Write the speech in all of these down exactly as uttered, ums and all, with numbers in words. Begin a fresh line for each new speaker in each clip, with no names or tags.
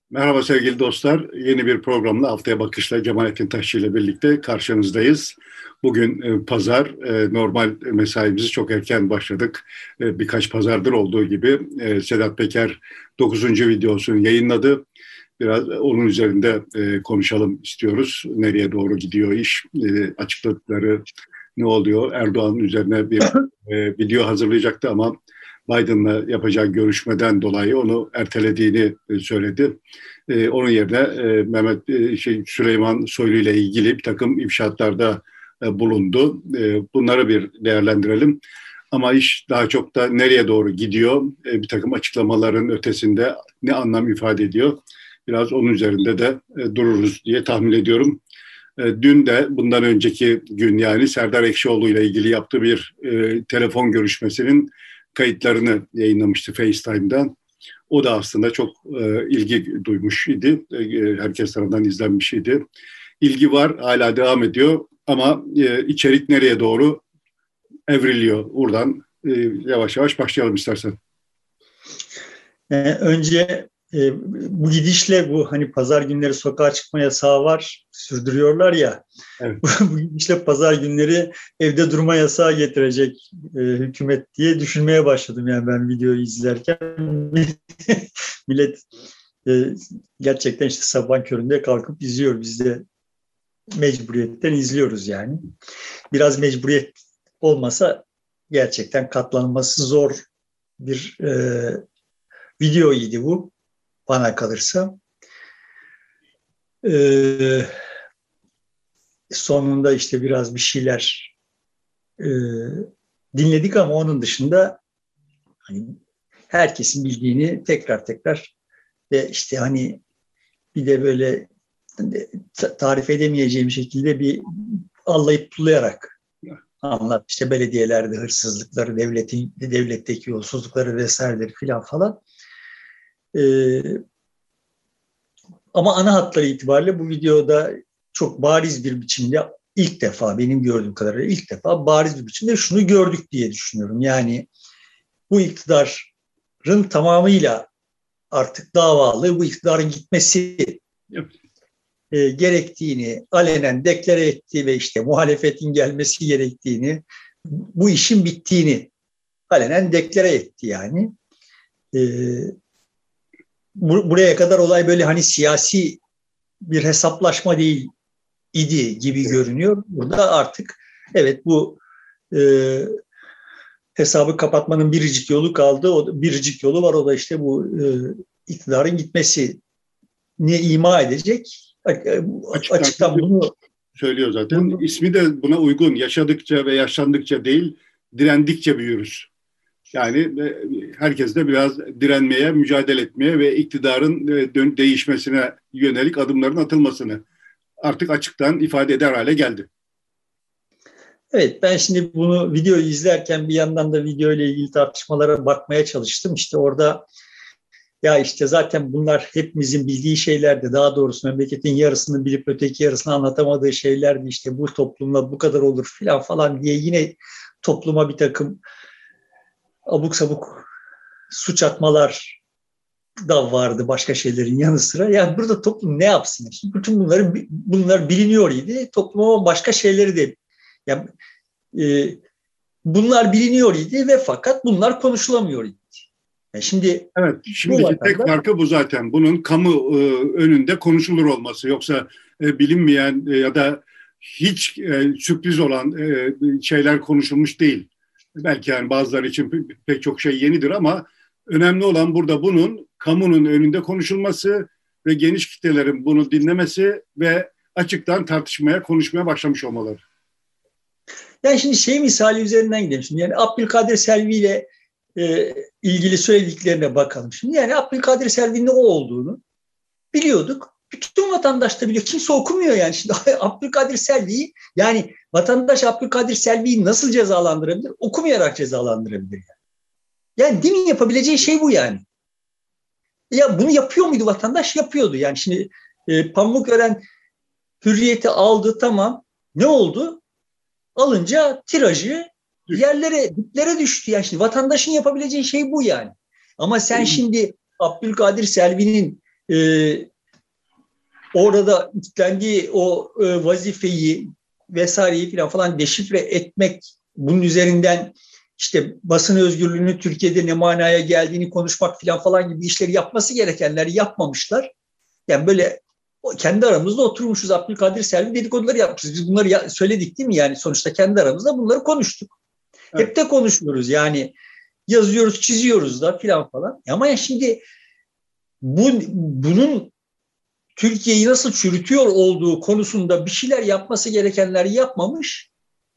Merhaba sevgili dostlar. Yeni bir programla Haftaya Bakış'la Cemalettin Taşçı ile birlikte karşınızdayız. Bugün e, pazar, e, normal mesaimizi çok erken başladık. E, birkaç pazardır olduğu gibi e, Sedat Peker dokuzuncu videosunu yayınladı. Biraz onun üzerinde e, konuşalım istiyoruz. Nereye doğru gidiyor iş? E, açıkladıkları ne oluyor? Erdoğan'ın üzerine bir e, video hazırlayacaktı ama Biden'la yapacağı görüşmeden dolayı onu ertelediğini e, söyledi. E, onun yerine e, Mehmet e, şey, Süleyman Soylu ile ilgili bir takım ifşaatlarda e, bulundu. E, bunları bir değerlendirelim. Ama iş daha çok da nereye doğru gidiyor? E, bir takım açıklamaların ötesinde ne anlam ifade ediyor? Biraz onun üzerinde de e, dururuz diye tahmin ediyorum. E, dün de bundan önceki gün yani Serdar Ekşioğlu ile ilgili yaptığı bir e, telefon görüşmesinin kayıtlarını yayınlamıştı FaceTime'dan. O da aslında çok e, ilgi duymuş idi. E, herkes tarafından izlenmiş idi. İlgi var, hala devam ediyor ama e, içerik nereye doğru evriliyor? Buradan e, yavaş yavaş başlayalım istersen.
Ee, önce e, bu gidişle bu hani pazar günleri sokağa çıkma yasağı var, sürdürüyorlar ya. Evet. Bu gidişle pazar günleri evde durma yasağı getirecek e, hükümet diye düşünmeye başladım yani ben videoyu izlerken. Millet e, gerçekten işte sabah köründe kalkıp izliyor. Biz de mecburiyetten izliyoruz yani. Biraz mecburiyet olmasa gerçekten katlanması zor bir e, video idi bu, bana kalırsa. Ee, sonunda işte biraz bir şeyler e, dinledik ama onun dışında hani herkesin bildiğini tekrar tekrar ve işte hani bir de böyle tarif edemeyeceğim şekilde bir allayıp pulayarak anlat. İşte belediyelerde hırsızlıkları, devletin devletteki yolsuzlukları vesaireleri filan falan. Ee, ama ana hatları itibariyle bu videoda çok bariz bir biçimde ilk defa benim gördüğüm kadarıyla ilk defa bariz bir biçimde şunu gördük diye düşünüyorum. Yani bu iktidarın tamamıyla artık davalı, bu iktidarın gitmesi e, gerektiğini alenen deklare etti ve işte muhalefetin gelmesi gerektiğini, bu işin bittiğini alenen deklare etti yani. E, buraya kadar olay böyle hani siyasi bir hesaplaşma değil idi gibi görünüyor. Burada artık evet bu e, hesabı kapatmanın biricik yolu kaldı. O biricik yolu var, o da işte bu e, iktidarın gitmesi ne ima edecek. Açıktan, Açıktan bunu
söylüyor zaten. Bunu, İsmi de buna uygun. Yaşadıkça ve yaşlandıkça değil, direndikçe büyürüz. Yani herkes de biraz direnmeye, mücadele etmeye ve iktidarın değişmesine yönelik adımların atılmasını artık açıktan ifade eder hale geldi.
Evet, ben şimdi bunu videoyu izlerken bir yandan da video ile ilgili tartışmalara bakmaya çalıştım. İşte orada ya işte zaten bunlar hepimizin bildiği şeylerdi. Daha doğrusu memleketin yarısını bilip öteki yarısını anlatamadığı şeylerdi. İşte bu toplumla bu kadar olur filan falan diye yine topluma bir takım abuk sabuk suç atmalar da vardı başka şeylerin yanı sıra. Yani burada toplum ne yapsın? Şimdi bütün bunları bunlar biliniyor idi. Topluma başka şeyleri de yani e, bunlar biliniyor idi ve fakat bunlar konuşulamıyor idi. Yani şimdi
evet, şimdiki vatanda, tek farkı bu zaten. Bunun kamu e, önünde konuşulur olması. Yoksa e, bilinmeyen e, ya da hiç e, sürpriz olan e, şeyler konuşulmuş değil. Belki yani bazıları için pek çok şey yenidir ama önemli olan burada bunun kamunun önünde konuşulması ve geniş kitlelerin bunu dinlemesi ve açıktan tartışmaya, konuşmaya başlamış olmaları.
Yani şimdi şey misali üzerinden gidelim şimdi. Yani Abdülkadir Selvi ile e, ilgili söylediklerine bakalım şimdi. Yani Abdülkadir Selvi'nin ne olduğunu biliyorduk. Bütün vatandaş da biliyor. Kimse okumuyor yani. Şimdi Abdülkadir Selvi'yi yani vatandaş Abdülkadir Selvi'yi nasıl cezalandırabilir? Okumayarak cezalandırabilir yani. Yani değil mi, yapabileceği şey bu yani. Ya bunu yapıyor muydu vatandaş? Yapıyordu. Yani şimdi e, Pamukören Hürriyet'i aldı, tamam. Ne oldu? Alınca tirajı yerlere, diplere düştü. Yani şimdi vatandaşın yapabileceği şey bu yani. Ama sen şimdi Abdülkadir Selvi'nin e, orada üstlendiği o e, vazifeyi vesaireyi falan falan deşifre etmek, bunun üzerinden işte basın özgürlüğünü Türkiye'de ne manaya geldiğini konuşmak falan falan gibi işleri yapması gerekenleri yapmamışlar. Yani böyle kendi aramızda oturmuşuz, Abdülkadir Selvi dedikoduları yapmışız. Biz bunları ya, söyledik değil mi? Yani sonuçta kendi aramızda bunları konuştuk. Evet. Hep de konuşuyoruz yani, yazıyoruz, çiziyoruz da filan falan. Ama yani şimdi bu, bunun Türkiye'yi nasıl çürütüyor olduğu konusunda bir şeyler yapması gerekenleri yapmamış.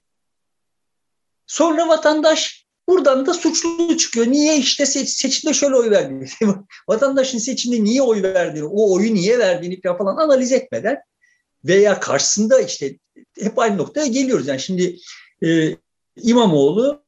Sonra vatandaş buradan da suçlu çıkıyor. Niye işte seçimde şöyle oy verdiğini, vatandaşın seçimde niye oy verdiğini, o oyu niye verdiğini falan analiz etmeden veya karşısında işte hep aynı noktaya geliyoruz. Yani şimdi e, İmamoğlu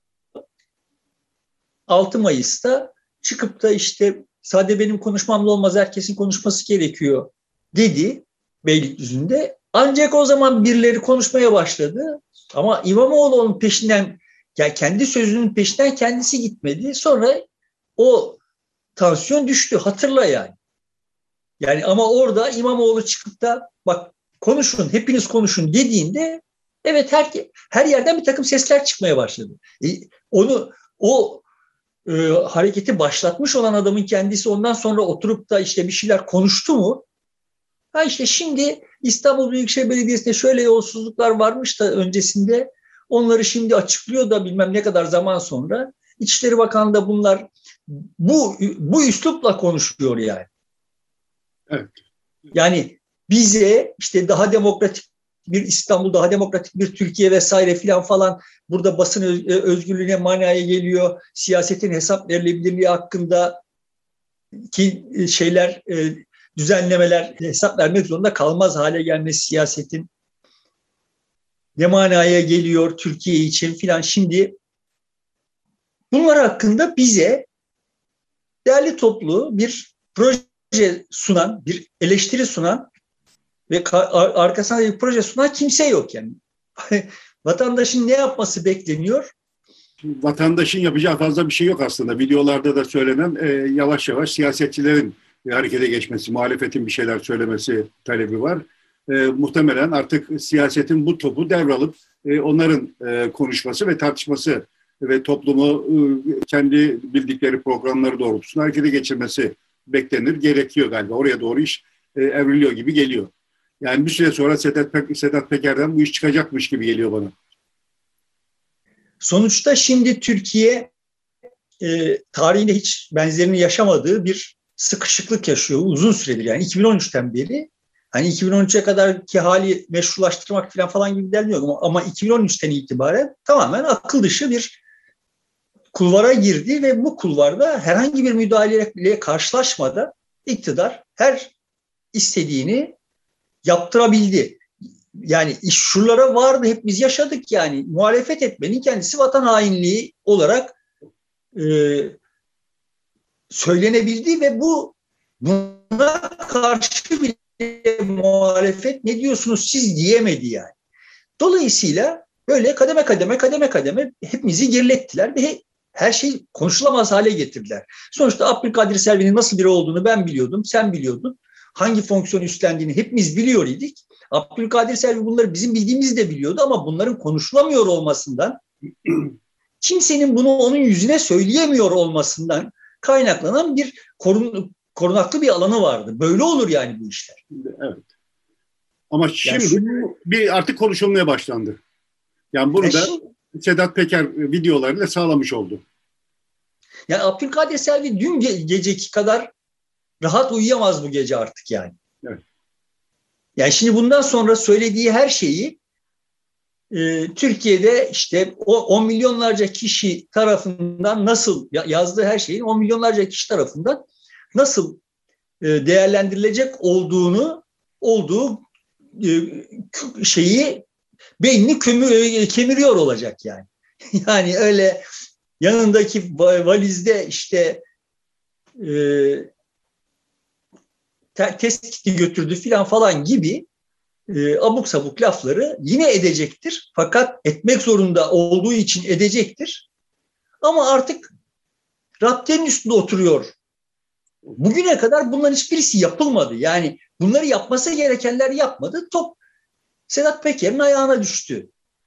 altı Mayıs'ta çıkıp da işte sadece benim konuşmamla olmaz, herkesin konuşması gerekiyor dedi Beylikdüzü'nde. Ancak o zaman birileri konuşmaya başladı. Ama İmamoğlu onun peşinden, yani kendi sözünün peşinden kendisi gitmedi. Sonra o tansiyon düştü. Hatırla yani. Yani ama orada İmamoğlu çıkıp da bak konuşun, hepiniz konuşun dediğinde evet her, her yerden bir takım sesler çıkmaya başladı. E, onu o e, hareketi başlatmış olan adamın kendisi ondan sonra oturup da işte bir şeyler konuştu mu? Ha işte şimdi İstanbul Büyükşehir Belediyesi'nde şöyle yolsuzluklar varmış da öncesinde onları şimdi açıklıyor da bilmem ne kadar zaman sonra. İçişleri Bakanı da bunlar bu bu üslupla konuşuyor yani.
Evet.
Yani bize işte daha demokratik bir İstanbul, daha demokratik bir Türkiye vesaire filan falan, burada basın özgürlüğüne manaya geliyor. Siyasetin hesap verilebilirliği hakkında ki şeyler, düzenlemeler hesap vermek zorunda kalmaz hale gelmesi siyasetin ne manaya geliyor Türkiye için filan. Şimdi bunlar hakkında bize değerli toplu bir proje sunan, bir eleştiri sunan ve arkasında bir proje sunan kimse yok yani. Vatandaşın ne yapması bekleniyor?
Vatandaşın yapacağı fazla bir şey yok aslında. Videolarda da söylenen e, yavaş yavaş siyasetçilerin harekete geçmesi, muhalefetin bir şeyler söylemesi talebi var. E, muhtemelen artık siyasetin bu topu devralıp e, onların e, konuşması ve tartışması ve toplumu e, kendi bildikleri programları doğrultusunda harekete geçirmesi beklenir, gerekiyor galiba. Oraya doğru iş e, evriliyor gibi geliyor. Yani bir süre sonra Sedat, Pe- Sedat Peker'den bu iş çıkacakmış gibi geliyor bana.
Sonuçta şimdi Türkiye e, tarihinde hiç benzerini yaşamadığı bir sıkışıklık yaşıyor uzun süredir. Yani iki bin on üçten beri, hani iki bin on üçe kadarki hali meşrulaştırmak falan falan gibi denmiyor ama, ama iki bin on üçten itibaren tamamen akıl dışı bir kulvara girdi ve bu kulvarda herhangi bir müdahaleyle karşılaşmadan iktidar her istediğini yaptırabildi. Yani iş şuralara vardı, hep biz yaşadık yani. Muhalefet etmenin kendisi vatan hainliği olarak e, söylenebildi ve bu buna karşı bile muhalefet ne diyorsunuz siz diyemedi yani. Dolayısıyla böyle kademe kademe kademe kademe hepimizi gerilettiler ve her şey konuşulamaz hale getirdiler. Sonuçta Abdülkadir Selvi'nin nasıl biri olduğunu ben biliyordum, sen biliyordun. Hangi fonksiyon üstlendiğini hepimiz biliyor idik. Abdülkadir Selvi bunları bizim bildiğimizi de biliyordu ama bunların konuşulamıyor olmasından, kimsenin bunu onun yüzüne söyleyemiyor olmasından kaynaklanan bir korun, korunaklı bir alanı vardı. Böyle olur yani bu işler.
Evet. Ama şimdi
yani şu,
bir artık konuşulmaya başlandı. Yani bunu da Sedat Peker videolarıyla sağlamış oldu.
Yani Abdülkadir Selvi dün ge- geceki kadar rahat uyuyamaz bu gece artık yani.
Evet.
Yani şimdi bundan sonra söylediği her şeyi e, Türkiye'de işte o on milyonlarca kişi tarafından nasıl, yazdığı her şeyin on milyonlarca kişi tarafından nasıl e, değerlendirilecek olduğunu, olduğu e, şeyi beynini kömür, kemiriyor olacak yani. Yani öyle yanındaki valizde işte e, test kiti götürdü filan falan gibi e, abuk sabuk lafları yine edecektir. Fakat etmek zorunda olduğu için edecektir. Ama artık raptenin üstünde oturuyor Bugüne kadar bunların hiçbirisi yapılmadı. Yani bunları yapması gerekenler yapmadı. Top Sedat Peker'in ayağına düştü.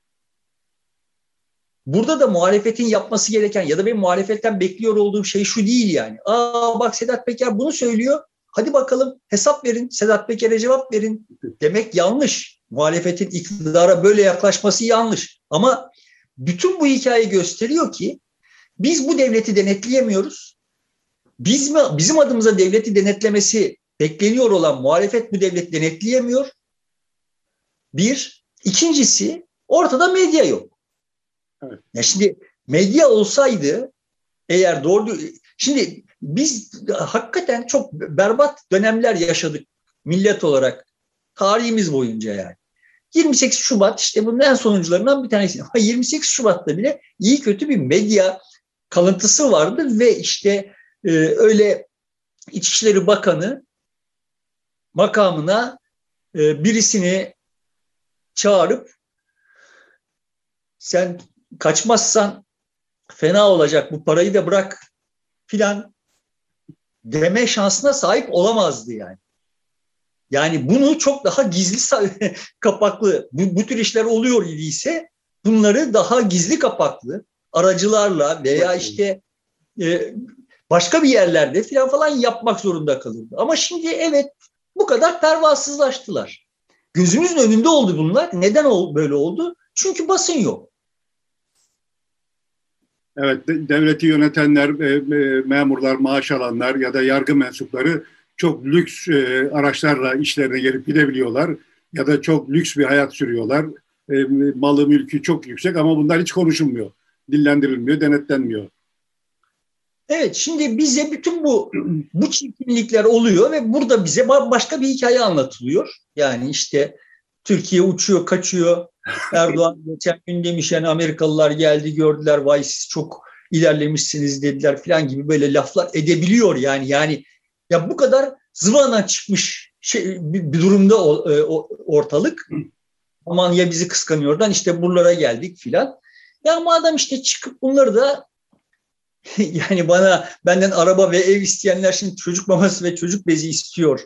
Burada da muhalefetin yapması gereken ya da benim muhalefetten bekliyor olduğum şey şu değil yani. Aa bak Sedat Peker bunu söylüyor. Hadi bakalım hesap verin. Sedat Peker'e cevap verin. Demek yanlış. Muhalefetin iktidara böyle yaklaşması yanlış. Ama bütün bu hikaye gösteriyor ki biz bu devleti denetleyemiyoruz. Biz mi, bizim adımıza devleti denetlemesi bekleniyor olan muhalefet bu devleti denetleyemiyor. Bir. İkincisi ortada medya yok. Evet. Ya şimdi medya olsaydı eğer doğru... Şimdi biz hakikaten çok berbat dönemler yaşadık millet olarak tarihimiz boyunca yani. yirmi sekiz Şubat işte bunun en sonuncularından bir tanesi. Ama yirmi sekiz Şubat'ta bile iyi kötü bir medya kalıntısı vardı ve işte e, öyle İçişleri Bakanı makamına e, birisini çağırıp sen kaçmazsan fena olacak bu parayı da bırak filan deme şansına sahip olamazdı yani. Yani bunu çok daha gizli kapaklı bu, bu tür işler oluyor idiyse bunları daha gizli kapaklı aracılarla veya işte e, başka bir yerlerde filan falan yapmak zorunda kalırdı. Ama şimdi evet bu kadar pervasızlaştılar. Gözümüzün önünde oldu bunlar. Neden böyle oldu? Çünkü basın yok.
Evet, devleti yönetenler, memurlar, maaş alanlar ya da yargı mensupları çok lüks araçlarla işlerine gelip gidebiliyorlar ya da çok lüks bir hayat sürüyorlar. Malı, mülkü çok yüksek ama bunlar hiç konuşulmuyor, dillendirilmiyor, denetlenmiyor.
Evet, şimdi bize bütün bu bu çirkinlikler oluyor ve burada bize başka bir hikaye anlatılıyor. Yani işte Türkiye uçuyor, kaçıyor. Erdoğan geçen gün demiş yani Amerikalılar geldi gördüler vay siz çok ilerlemişsiniz dediler falan gibi böyle laflar edebiliyor yani. Yani ya bu kadar zıvana çıkmış şey, bir, bir durumda o, o, ortalık. Aman ya bizi kıskanıyordan işte buralara geldik filan. Ya madem işte çıkıp bunları da yani bana benden araba ve ev isteyenler şimdi çocuk maması ve çocuk bezi istiyor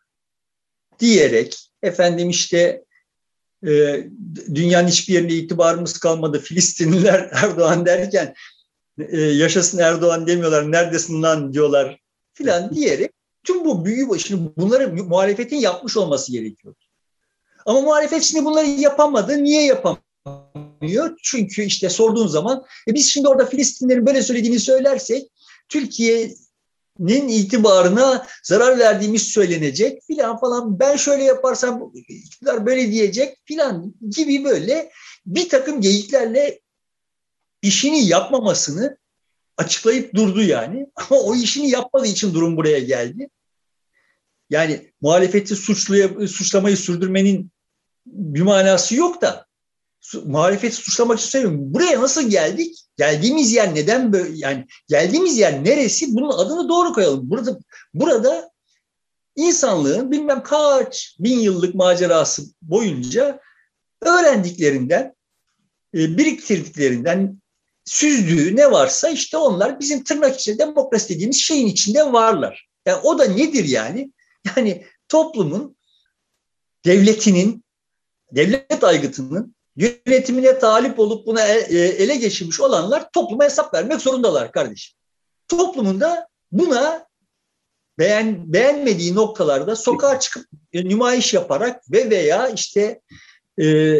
diyerek efendim işte e, dünyanın hiçbir yerinde itibarımız kalmadı Filistinliler Erdoğan derken e, yaşasın Erdoğan demiyorlar neredesin lan diyorlar filan diyerek tüm bu büyü şimdi bunları muhalefetin yapmış olması gerekiyor. Ama muhalefet şimdi bunları yapamadı. Niye yapamıyor? Çünkü işte sorduğun zaman e biz şimdi orada Filistinlerin böyle söylediğini söylersek Türkiye'nin itibarına zarar verdiğimiz söylenecek filan falan. Ben şöyle yaparsam iktidar böyle diyecek filan gibi böyle bir takım geyiklerle işini yapmamasını açıklayıp durdu yani. Ama o işini yapmadığı için durum buraya geldi. Yani muhalefeti suçlaya, suçlamayı sürdürmenin bir manası yok da muhalefeti suçlamak için söylüyorum. Buraya nasıl geldik? Geldiğimiz yer neden böyle? Yani geldiğimiz yer neresi? Bunun adını doğru koyalım. Burada burada insanlığın bilmem kaç bin yıllık macerası boyunca öğrendiklerinden, biriktirdiklerinden süzdüğü ne varsa işte onlar bizim tırnak içinde demokrasi dediğimiz şeyin içinde varlar. Yani o da nedir yani? Yani toplumun, devletinin, devlet aygıtının yönetimine talip olup buna ele geçirmiş olanlar topluma hesap vermek zorundalar kardeşim. Toplumunda buna beğen, beğenmediği noktalarda sokağa çıkıp nümayiş yaparak ve veya işte e,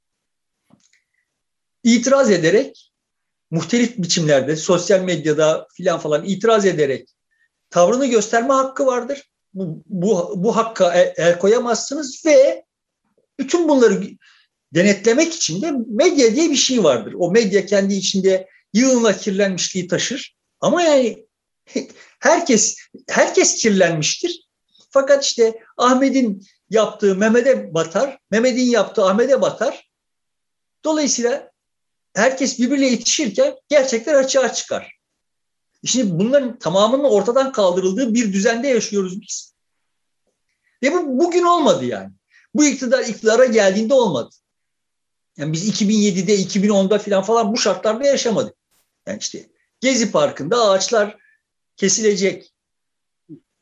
itiraz ederek muhtelif biçimlerde sosyal medyada filan falan itiraz ederek tavrını gösterme hakkı vardır. Bu, bu, bu hakka el, el koyamazsınız ve bütün bunları denetlemek için de medya diye bir şey vardır. O medya kendi içinde yığınla kirlenmişliği taşır. Ama yani herkes herkes kirlenmiştir. Fakat işte Ahmet'in yaptığı Mehmet'e batar, Mehmet'in yaptığı Ahmet'e batar. Dolayısıyla herkes birbiriyle yetişirken gerçekler açığa çıkar. Şimdi bunların tamamının ortadan kaldırıldığı bir düzende yaşıyoruz biz. Ve bu bugün olmadı yani. Bu iktidar iktidara geldiğinde olmadı. Yani biz iki bin yedide, iki bin onda falan falan bu şartlarda yaşamadık. Yani işte Gezi Parkı'nda ağaçlar kesilecek.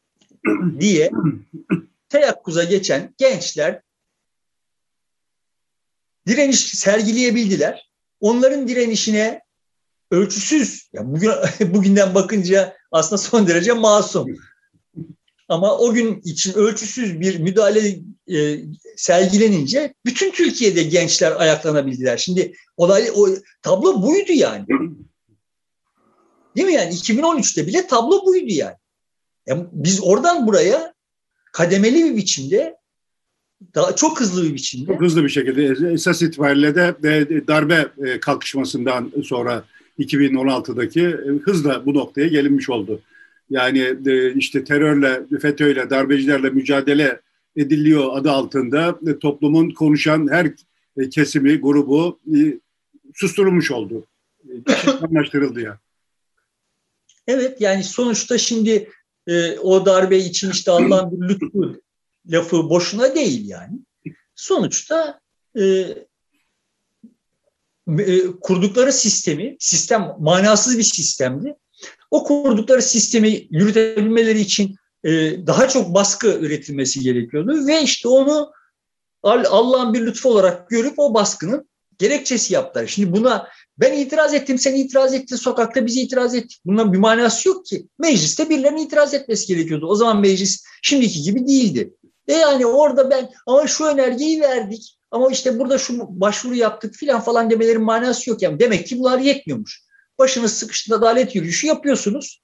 diye teyakkuza geçen gençler direniş sergileyebildiler. Onların direnişine ölçüsüz, yani bugün, bugünden bakınca aslında son derece masum. Ama o gün için ölçüsüz bir müdahale e, sergilenince bütün Türkiye'de gençler ayaklanabildiler. Şimdi olay, o tablo buydu yani. Değil mi yani? iki bin on üçte bile tablo buydu yani. yani. Biz oradan buraya kademeli bir biçimde, daha çok hızlı bir biçimde.
Çok hızlı bir şekilde. Esas itibariyle de, de darbe kalkışmasından sonra iki bin on altıdaki hızla bu noktaya gelinmiş oldu. Yani işte terörle, FETÖ'yle, darbecilerle mücadele ediliyor adı altında toplumun konuşan her kesimi, grubu susturulmuş oldu. Anlaştırıldı ya.
Evet, yani sonuçta şimdi e, o darbe için işte Allah'ın bir lütfu lafı boşuna değil yani. Sonuçta e, e, kurdukları sistemi, sistem manasız bir sistemdi. O kurdukları sistemi yürütebilmeleri için e, daha çok baskı üretilmesi gerekiyordu ve işte onu Allah'ın bir lütfu olarak görüp o baskının gerekçesi yaptılar. Şimdi buna ben itiraz ettim, sen itiraz ettin, sokakta biz itiraz ettik. Bundan bir manası yok ki. Mecliste birilerinin itiraz etmesi gerekiyordu. O zaman meclis şimdiki gibi değildi. E yani orada ben ama şu önergeyi verdik ama işte burada şu başvuru yaptık filan falan demelerin manası yok. Yani demek ki bunlar yetmiyormuş. Başınız sıkıştığında adalet yürüyüşü yapıyorsunuz.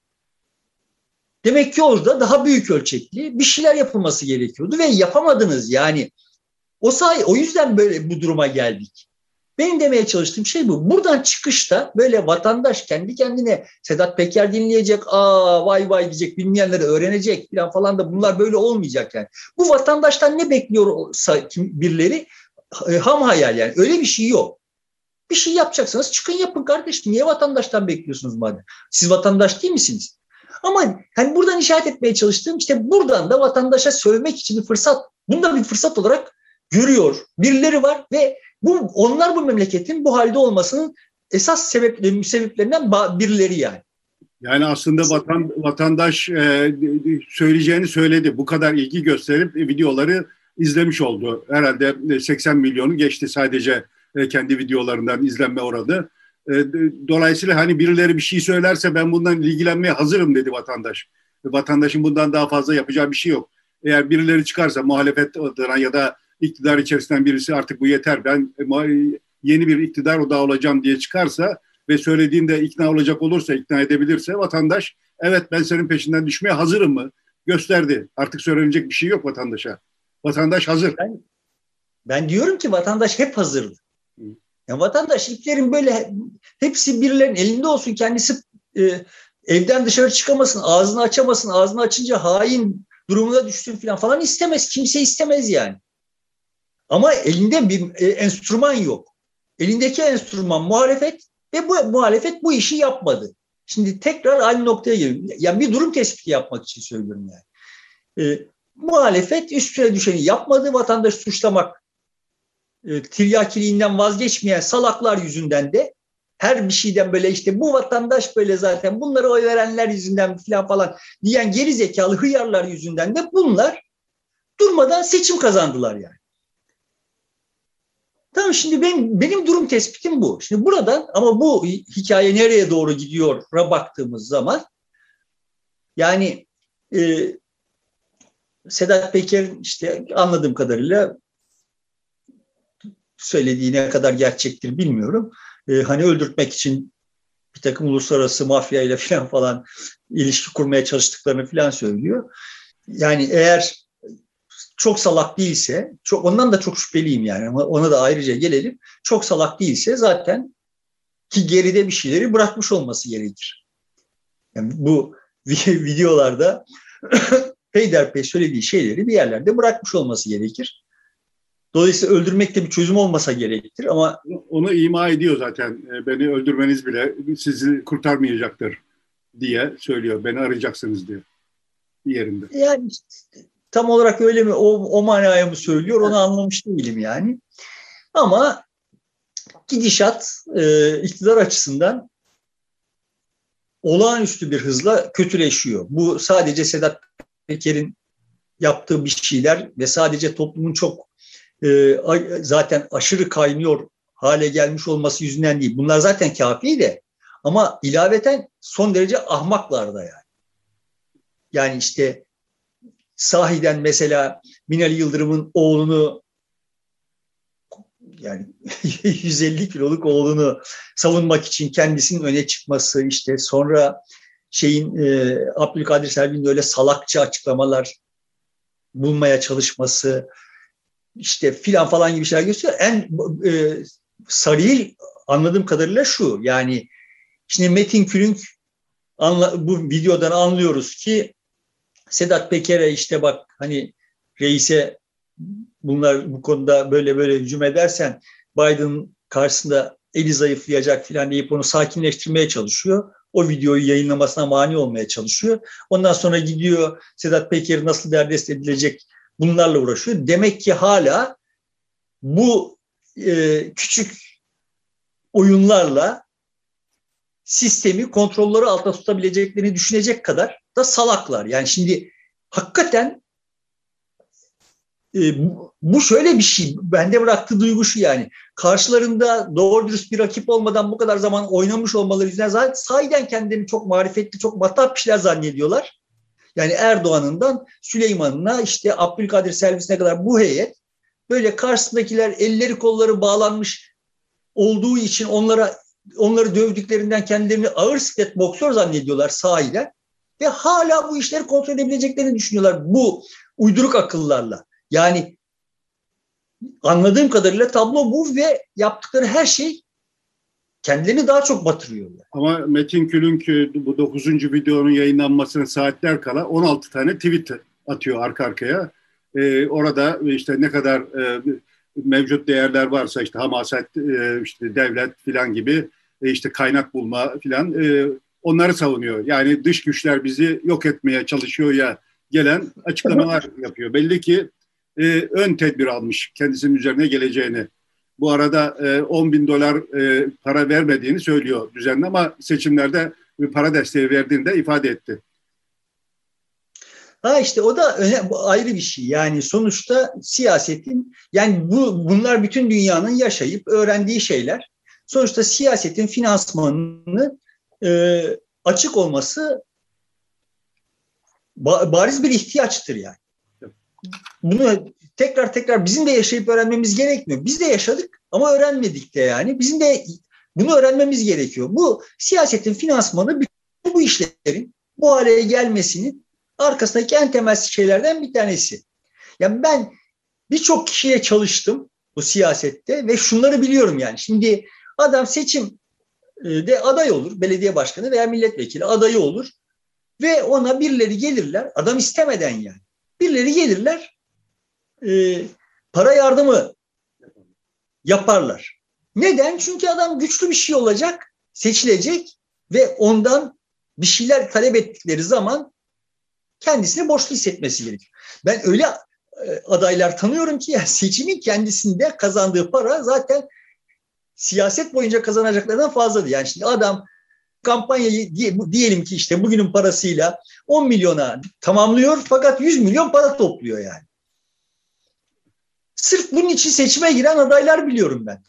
Demek ki orada daha büyük ölçekli bir şeyler yapılması gerekiyordu ve yapamadınız yani. O say o yüzden böyle bu duruma geldik. Benim demeye çalıştığım şey bu. Buradan çıkışta böyle vatandaş kendi kendine Sedat Peker dinleyecek, aa vay vay diyecek, bilmeyenleri öğrenecek falan falan da bunlar böyle olmayacak yani. Bu vatandaştan ne bekliyor birileri? Ham hayal yani. Öyle bir şey yok. Bir şey yapacaksanız çıkın yapın kardeşim. Niye vatandaştan bekliyorsunuz madem? Siz vatandaş değil misiniz? Ama hani buradan işaret etmeye çalıştığım işte buradan da vatandaşa sövmek için bir fırsat, bunu da bir fırsat olarak görüyor. Birileri var ve bu onlar bu memleketin bu halde olmasının esas sebepleri, sebeplerinden birileri yani.
Yani aslında vatan, vatandaş e, söyleyeceğini söyledi. Bu kadar ilgi gösterip videoları izlemiş oldu. Herhalde seksen milyonu geçti sadece e, kendi videolarından izlenme oranı. E, dolayısıyla hani birileri bir şey söylerse ben bundan ilgilenmeye hazırım dedi vatandaş. Vatandaşın bundan daha fazla yapacağı bir şey yok. Eğer birileri çıkarsa muhalefet adına ya da iktidar içerisinden birisi artık bu yeter ben yeni bir iktidar odağı olacağım diye çıkarsa ve söylediğinde ikna olacak olursa, ikna edebilirse vatandaş evet ben senin peşinden düşmeye hazırım mı gösterdi. Artık söylenecek bir şey yok vatandaşa. Vatandaş hazır.
Ben, ben diyorum ki vatandaş hep hazırdı. Ya vatandaş iplerin böyle hepsi birilerinin elinde olsun, kendisi e, evden dışarı çıkamasın, ağzını açamasın, ağzını açınca hain durumuna düşsün falan falan istemez. Kimse istemez yani. Ama elinde bir e, enstrüman yok. Elindeki enstrüman muhalefet ve bu muhalefet bu işi yapmadı. Şimdi tekrar aynı noktaya geliyorum. Yani bir durum tespiti yapmak için söylüyorum yani. E, muhalefet üstüne düşeni yapmadı. Vatandaşı suçlamak e, tiryakiliğinden vazgeçmeyen salaklar yüzünden de her bir şeyden böyle işte bu vatandaş böyle zaten bunlara oy verenler yüzünden falan falan diyen geri zekalı hıyarlar yüzünden de bunlar durmadan seçim kazandılar yani. Tamam şimdi benim, benim durum tespitim bu. Şimdi buradan ama bu hikaye nereye doğru gidiyor'a baktığımız zaman yani e, Sedat Peker'in işte anladığım kadarıyla söylediği ne kadar gerçektir bilmiyorum. E, hani öldürtmek için bir takım uluslararası mafya ile falan falan ilişki kurmaya çalıştıklarını falan söylüyor. Yani eğer çok salak değilse, çok, ondan da çok şüpheliyim yani ama ona da ayrıca gelelim. Çok salak değilse zaten ki geride bir şeyleri bırakmış olması gerekir. Yani bu videolarda peyderpey söylediği şeyleri bir yerlerde bırakmış olması gerekir. Dolayısıyla öldürmek de bir çözüm olmasa gerektir ama...
Onu ima ediyor zaten. Beni öldürmeniz bile sizi kurtarmayacaktır diye söylüyor. Beni arayacaksınız diyor bir yerinde.
Yani tam olarak öyle mi, o, o manaya mı söylüyor onu anlamış değilim yani. Ama gidişat e, iktidar açısından olağanüstü bir hızla kötüleşiyor. Bu sadece Sedat Peker'in yaptığı bir şeyler ve sadece toplumun çok e, zaten aşırı kaynıyor hale gelmiş olması yüzünden değil. Bunlar zaten kafi de ama ilaveten son derece ahmaklar da yani. Yani işte sahiden mesela Binali Yıldırım'ın oğlunu yani yüz elli kiloluk oğlunu savunmak için kendisinin öne çıkması, işte sonra şeyin e, Abdülkadir Selvi'nin öyle salakça açıklamalar bulmaya çalışması, işte filan falan gibi şeyler gösteriyor. En e, sarıyı anladığım kadarıyla şu, yani şimdi Metin Külünk anla, bu videodan anlıyoruz ki Sedat Peker'e işte bak hani reise bunlar bu konuda böyle böyle hücum edersen Biden karşısında eli zayıflayacak filan deyip onu sakinleştirmeye çalışıyor. O videoyu yayınlamasına mani olmaya çalışıyor. Ondan sonra gidiyor Sedat Peker'i nasıl derdest edilecek bunlarla uğraşıyor. Demek ki hala bu e, küçük oyunlarla sistemi kontrolleri altında tutabileceklerini düşünecek kadar da salaklar. Yani şimdi hakikaten e, bu, bu şöyle bir şey. Bende bıraktığı duygu şu yani. Karşılarında doğru dürüst bir rakip olmadan bu kadar zaman oynamış olmaları yüzünden zaten sahiden kendilerini çok marifetli, çok matah bir şeyler zannediyorlar. Yani Erdoğan'ından Süleyman'ına işte Abdülkadir Selvi'sine kadar bu heyet böyle karşısındakiler elleri kolları bağlanmış olduğu için onlara onları dövdüklerinden kendilerini ağır siklet boksör zannediyorlar sahiden ve hala bu işleri kontrol edebileceklerini düşünüyorlar bu uyduruk akıllarla. Yani anladığım kadarıyla tablo bu ve yaptıkları her şey kendilerini daha çok batırıyorlar.
Ama Metin Külünk bu dokuzuncu videonun yayınlanmasına saatler kala on altı tane tweet atıyor arka arkaya. Ee, orada işte ne kadar e, mevcut değerler varsa işte hamaset, e, işte devlet filan gibi e, işte kaynak bulma filan e, onları savunuyor. Yani dış güçler bizi yok etmeye çalışıyor ya gelen açıklamalar yapıyor. Belli ki e, ön tedbir almış kendisinin üzerine geleceğini. Bu arada e, on bin dolar e, para vermediğini söylüyor düzenli ama seçimlerde bir para desteği verdiğini de ifade etti.
Ha işte o da önemli, ayrı bir şey. Yani sonuçta siyasetin, yani bu bunlar bütün dünyanın yaşayıp öğrendiği şeyler. Sonuçta siyasetin finansmanının e, açık olması ba- bariz bir ihtiyaçtır yani. Bunu tekrar tekrar bizim de yaşayıp öğrenmemiz gerekmiyor. Biz de yaşadık ama öğrenmedik de yani. Bizim de bunu öğrenmemiz gerekiyor. Bu siyasetin finansmanı bu işlerin bu hale gelmesinin arkasındaki en temel şeylerden bir tanesi. Yani ben birçok kişiye çalıştım bu siyasette ve şunları biliyorum yani. Şimdi adam seçimde aday olur, belediye başkanı veya milletvekili adayı olur ve ona birileri gelirler, adam istemeden yani. Birileri gelirler, e, para yardımı yaparlar. Neden? Çünkü adam güçlü bir şey olacak, seçilecek ve ondan bir şeyler talep ettikleri zaman kendisine borçlu hissetmesi gerekiyor. Ben öyle e, adaylar tanıyorum ki yani seçimin kendisinde kazandığı para zaten siyaset boyunca kazanacaklardan fazladır. Yani şimdi adam kampanyayı diyelim ki işte bugünün parasıyla on milyona tamamlıyor fakat yüz milyon para topluyor yani. Sırf bunun için seçime giren adaylar biliyorum ben.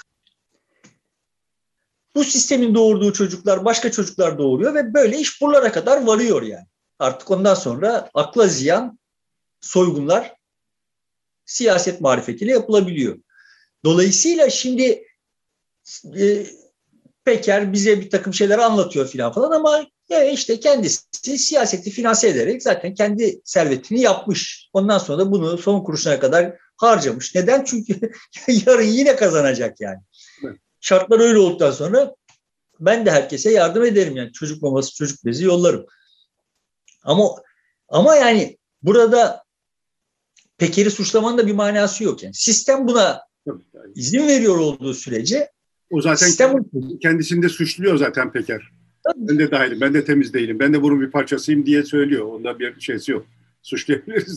Bu sistemin doğurduğu çocuklar başka çocuklar doğuruyor ve böyle iş buralara kadar varıyor yani. Artık ondan sonra akla ziyan soygunlar siyaset marifetiyle yapılabiliyor. Dolayısıyla şimdi e, Peker bize bir takım şeyler anlatıyor filan falan ama e, işte kendisi siyaseti finanse ederek zaten kendi servetini yapmış. Ondan sonra da bunu son kuruşuna kadar harcamış. Neden? Çünkü yarın yine kazanacak yani. Evet. Şartlar öyle olduktan sonra ben de herkese yardım ederim yani. Çocuk maması, çocuk bezi yollarım. Ama ama yani burada Peker'i suçlamanın da bir manası yok yani. Sistem buna izin veriyor olduğu sürece
o zaten sistem kendisini de suçluyor zaten Peker. Ben de dahilim, ben de temiz değilim, ben de bunun bir parçasıyım diye söylüyor. Onda bir şeysi yok. Suçlayabiliriz.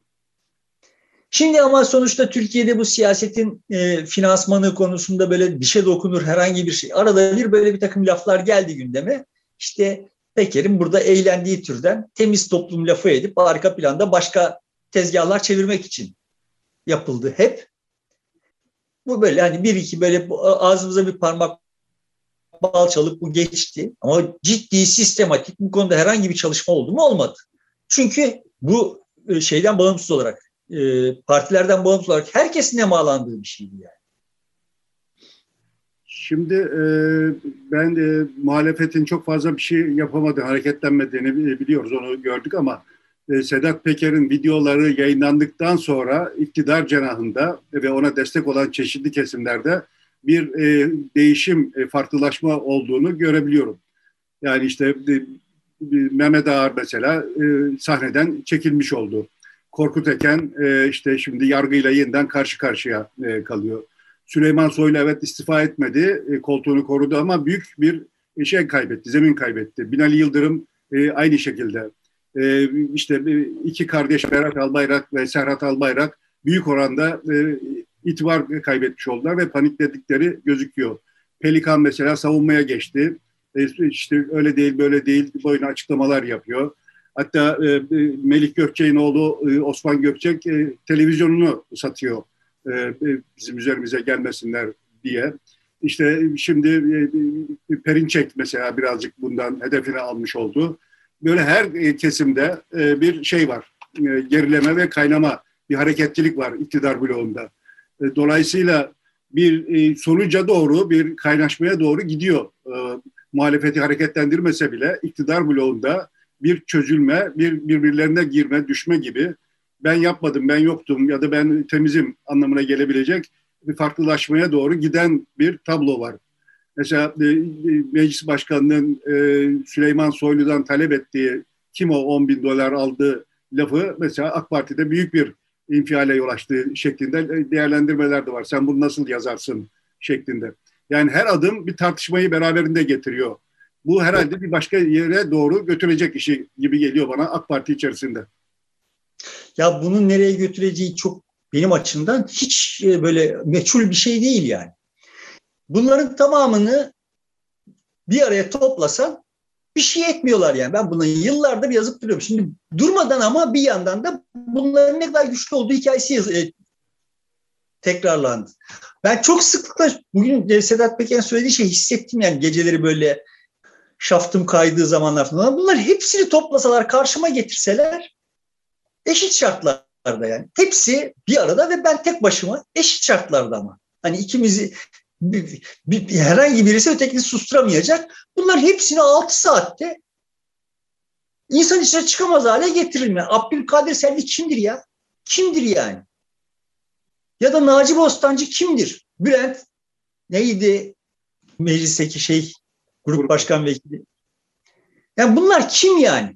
Şimdi ama sonuçta Türkiye'de bu siyasetin e, finansmanı konusunda böyle dişe dokunur herhangi bir şey. Arada bir böyle bir takım laflar geldi gündeme. İşte Peker'in burada eğlendiği türden temiz toplum lafı edip arka planda başka tezgahlar çevirmek için yapıldı hep. Bu böyle hani bir iki böyle ağzımıza bir parmak bal çalıp bu geçti. Ama ciddi, sistematik bu konuda herhangi bir çalışma oldu mu? Olmadı. Çünkü bu şeyden bağımsız olarak, partilerden bağımsız olarak herkesin nemalandığı bir şeydi yani.
Şimdi e, ben e, muhalefetin çok fazla bir şey yapamadı, hareketlenmediğini biliyoruz, onu gördük ama e, Sedat Peker'in videoları yayınlandıktan sonra iktidar cenahında ve ona destek olan çeşitli kesimlerde bir e, değişim, e, farklılaşma olduğunu görebiliyorum. Yani işte e, Mehmet Ağar mesela e, sahneden çekilmiş oldu. Korkut Eken e, işte şimdi yargıyla yeniden karşı karşıya e, kalıyor. Süleyman Soylu evet istifa etmedi, e, koltuğunu korudu ama büyük bir şey kaybetti, zemin kaybetti. Binali Yıldırım e, aynı şekilde. E, işte iki kardeş Berat Albayrak ve Serhat Albayrak büyük oranda e, itibar kaybetmiş oldular ve panikledikleri gözüküyor. Pelikan mesela savunmaya geçti. E, işte öyle değil, böyle değil, boyuna açıklamalar yapıyor. Hatta e, Melih Gökçek'in oğlu e, Osman Gökçek e, televizyonunu satıyor. Bizim üzerimize gelmesinler diye. İşte şimdi Perinçek mesela birazcık bundan hedefine almış oldu. Böyle her kesimde bir şey var. Gerileme ve kaynama, bir hareketlilik var iktidar bloğunda. Dolayısıyla bir sonuca doğru, bir kaynaşmaya doğru gidiyor. Muhalefeti hareketlendirmese bile iktidar bloğunda bir çözülme, bir birbirlerine girme, düşme gibi, ben yapmadım, ben yoktum ya da ben temizim anlamına gelebilecek bir farklılaşmaya doğru giden bir tablo var. Mesela e, Meclis Başkanı'nın e, Süleyman Soylu'dan talep ettiği kim o on bin dolar aldığı lafı mesela AK Parti'de büyük bir infiale yol açtığı şeklinde değerlendirmeler de var. Sen bunu nasıl yazarsın şeklinde. Yani her adım bir tartışmayı beraberinde getiriyor. Bu herhalde bir başka yere doğru götürecek işi gibi geliyor bana AK Parti içerisinde.
Ya bunun nereye götüreceği çok benim açımdan hiç böyle meçhul bir şey değil yani. Bunların tamamını bir araya toplasan bir şey etmiyorlar yani. Ben bunu yıllardır yazıp duruyorum. Şimdi durmadan ama bir yandan da bunların ne kadar güçlü olduğu hikayesi yaz- e, tekrarlandı. Ben çok sıklıkla bugün Sedat Peker'in söylediği şeyi hissettim yani geceleri böyle şaftım kaydığı zamanlar falan. Bunlar hepsini toplasalar, karşıma getirseler eşit şartlarda yani. Hepsi bir arada ve ben tek başıma eşit şartlarda ama. Hani ikimizi bir, bir, herhangi birisi ötekini susturamayacak. Bunlar hepsini altı saatte insan içine çıkamaz hale getirilme. Abdülkadir Selvi kimdir ya? Kimdir yani? Ya da Naci Bostancı kimdir? Bülent neydi? Meclisteki şey grup başkan vekili. Yani bunlar kim yani?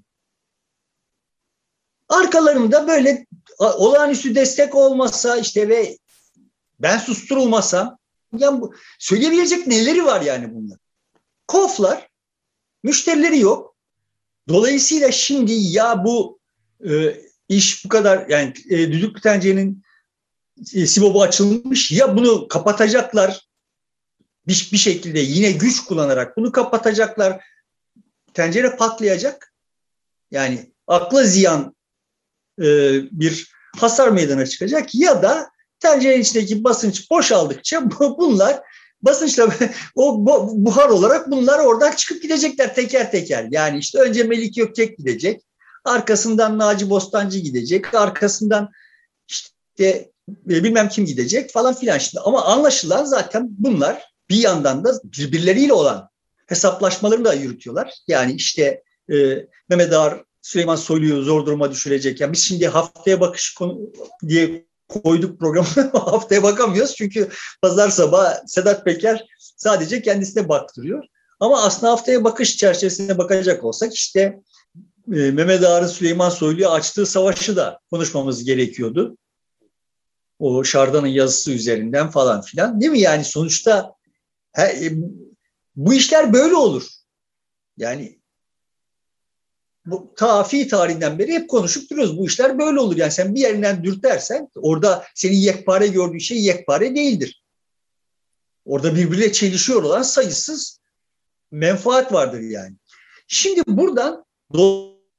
Arkalarında böyle olağanüstü destek olmasa işte ve ben susturulmasam yani bu, söyleyebilecek neleri var yani bunlar? Koflar, müşterileri yok. Dolayısıyla şimdi ya bu e, iş bu kadar yani e, düdüklü tencerenin e, sibobu açılmış ya bunu kapatacaklar bir, bir şekilde yine güç kullanarak bunu kapatacaklar. Tencere patlayacak. Yani akla ziyan e, bir hasar meydana çıkacak ya da tencerenin içindeki basınç boşaldıkça bunlar basınçla o buhar olarak bunlar oradan çıkıp gidecekler teker teker. Yani işte önce Melik Gökçek gidecek, arkasından Naci Bostancı gidecek, arkasından işte bilmem kim gidecek falan filan. Şimdi ama anlaşılan zaten bunlar bir yandan da birbirleriyle olan hesaplaşmalarını da yürütüyorlar. Yani işte e, Mehmet Ağar Süleyman Soylu'yu zor duruma düşürecek. Yani biz şimdi haftaya bakış konu diye koyduk programı haftaya bakamıyoruz. Çünkü pazar sabahı Sedat Peker sadece kendisine baktırıyor. Ama aslında haftaya bakış çerçevesine bakacak olsak işte e, Mehmet Ağar'ın Süleyman Soylu'ya açtığı savaşı da konuşmamız gerekiyordu. O Şarda'nın yazısı üzerinden falan filan. Değil mi? Yani sonuçta he, bu işler böyle olur. Yani bu tafi tarihinden beri hep konuşup duruyoruz. Bu işler böyle olur. Yani sen bir yerinden dürtersen orada senin yekpare gördüğün şey yekpare değildir. Orada birbiriyle çelişiyor olan sayısız menfaat vardır yani. Şimdi buradan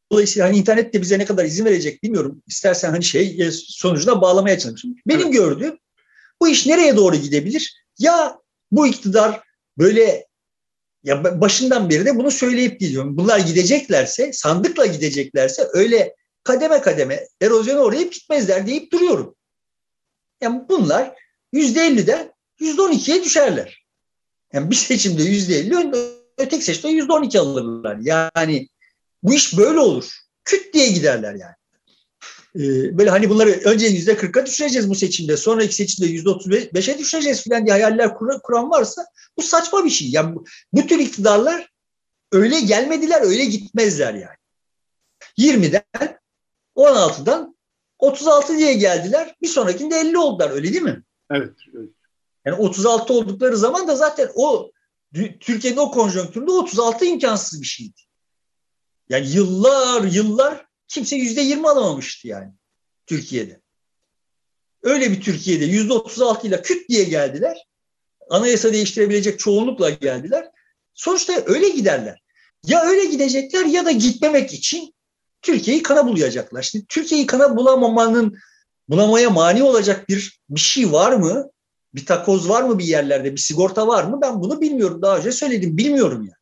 Dolayısıyla hani internet de bize ne kadar izin verecek bilmiyorum. İstersen hani şey sonucuna bağlamaya çalışıyorum. Benim evet. gördüğüm bu iş nereye doğru gidebilir? Ya bu iktidar böyle ya başından beri de bunu söyleyip gidiyorum. Bunlar gideceklerse, sandıkla gideceklerse öyle kademe kademe erozyona uğrayıp gitmezler deyip duruyorum. Yani bunlar yüzde elliden yüzde on ikiye düşerler. Yani bir seçimde yüzde elli, öteki seçimde yüzde on iki alırlar. Yani bu iş böyle olur. Küt diye giderler yani. Ee, böyle hani bunları önce yüzde kırka düşüreceğiz bu seçimde, sonraki seçimde yüzde otuz beşe düşüreceğiz falan diye hayaller kur, kuran varsa bu saçma bir şey. Yani bu, bu tür iktidarlar öyle gelmediler, öyle gitmezler yani. yirmiden, on altıdan otuz altı diye geldiler. Bir sonrakinde elli oldular, öyle değil mi?
Evet. evet.
Yani otuz altı oldukları zaman da zaten o Türkiye'nin o konjonktüründe otuz altı imkansız bir şeydi. Yani yıllar yıllar kimse yüzde yirmi alamamıştı yani Türkiye'de. Öyle bir Türkiye'de yüzde otuz altı ile küt diye geldiler. Anayasa değiştirebilecek çoğunlukla geldiler. Sonuçta öyle giderler. Ya öyle gidecekler ya da gitmemek için Türkiye'yi kana bulayacaklar. Şimdi Türkiye'yi kana bulamamanın, bulamaya mani olacak bir bir şey var mı? Bir takoz var mı bir yerlerde? Bir sigorta var mı? Ben bunu bilmiyorum. Daha önce söyledim. Bilmiyorum yani.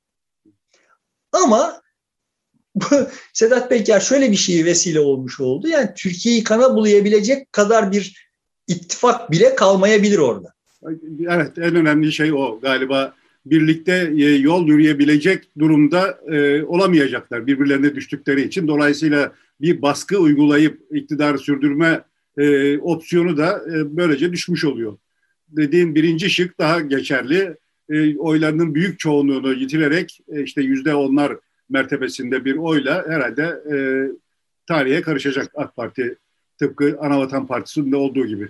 Ama Sedat Peker şöyle bir şeye vesile olmuş oldu. Yani Türkiye'yi kana bulayabilecek kadar bir ittifak bile kalmayabilir orada.
Evet, en önemli şey o galiba. Birlikte yol yürüyebilecek durumda e, olamayacaklar birbirlerine düştükleri için. Dolayısıyla bir baskı uygulayıp iktidarı sürdürme e, opsiyonu da e, böylece düşmüş oluyor. Dediğin birinci şık daha geçerli. E, oylarının büyük çoğunluğunu yitirerek e, işte yüzde onlar mertebesinde bir oyla herhalde e, tarihe karışacak AK Parti, tıpkı Anavatan Partisi'nde olduğu gibi.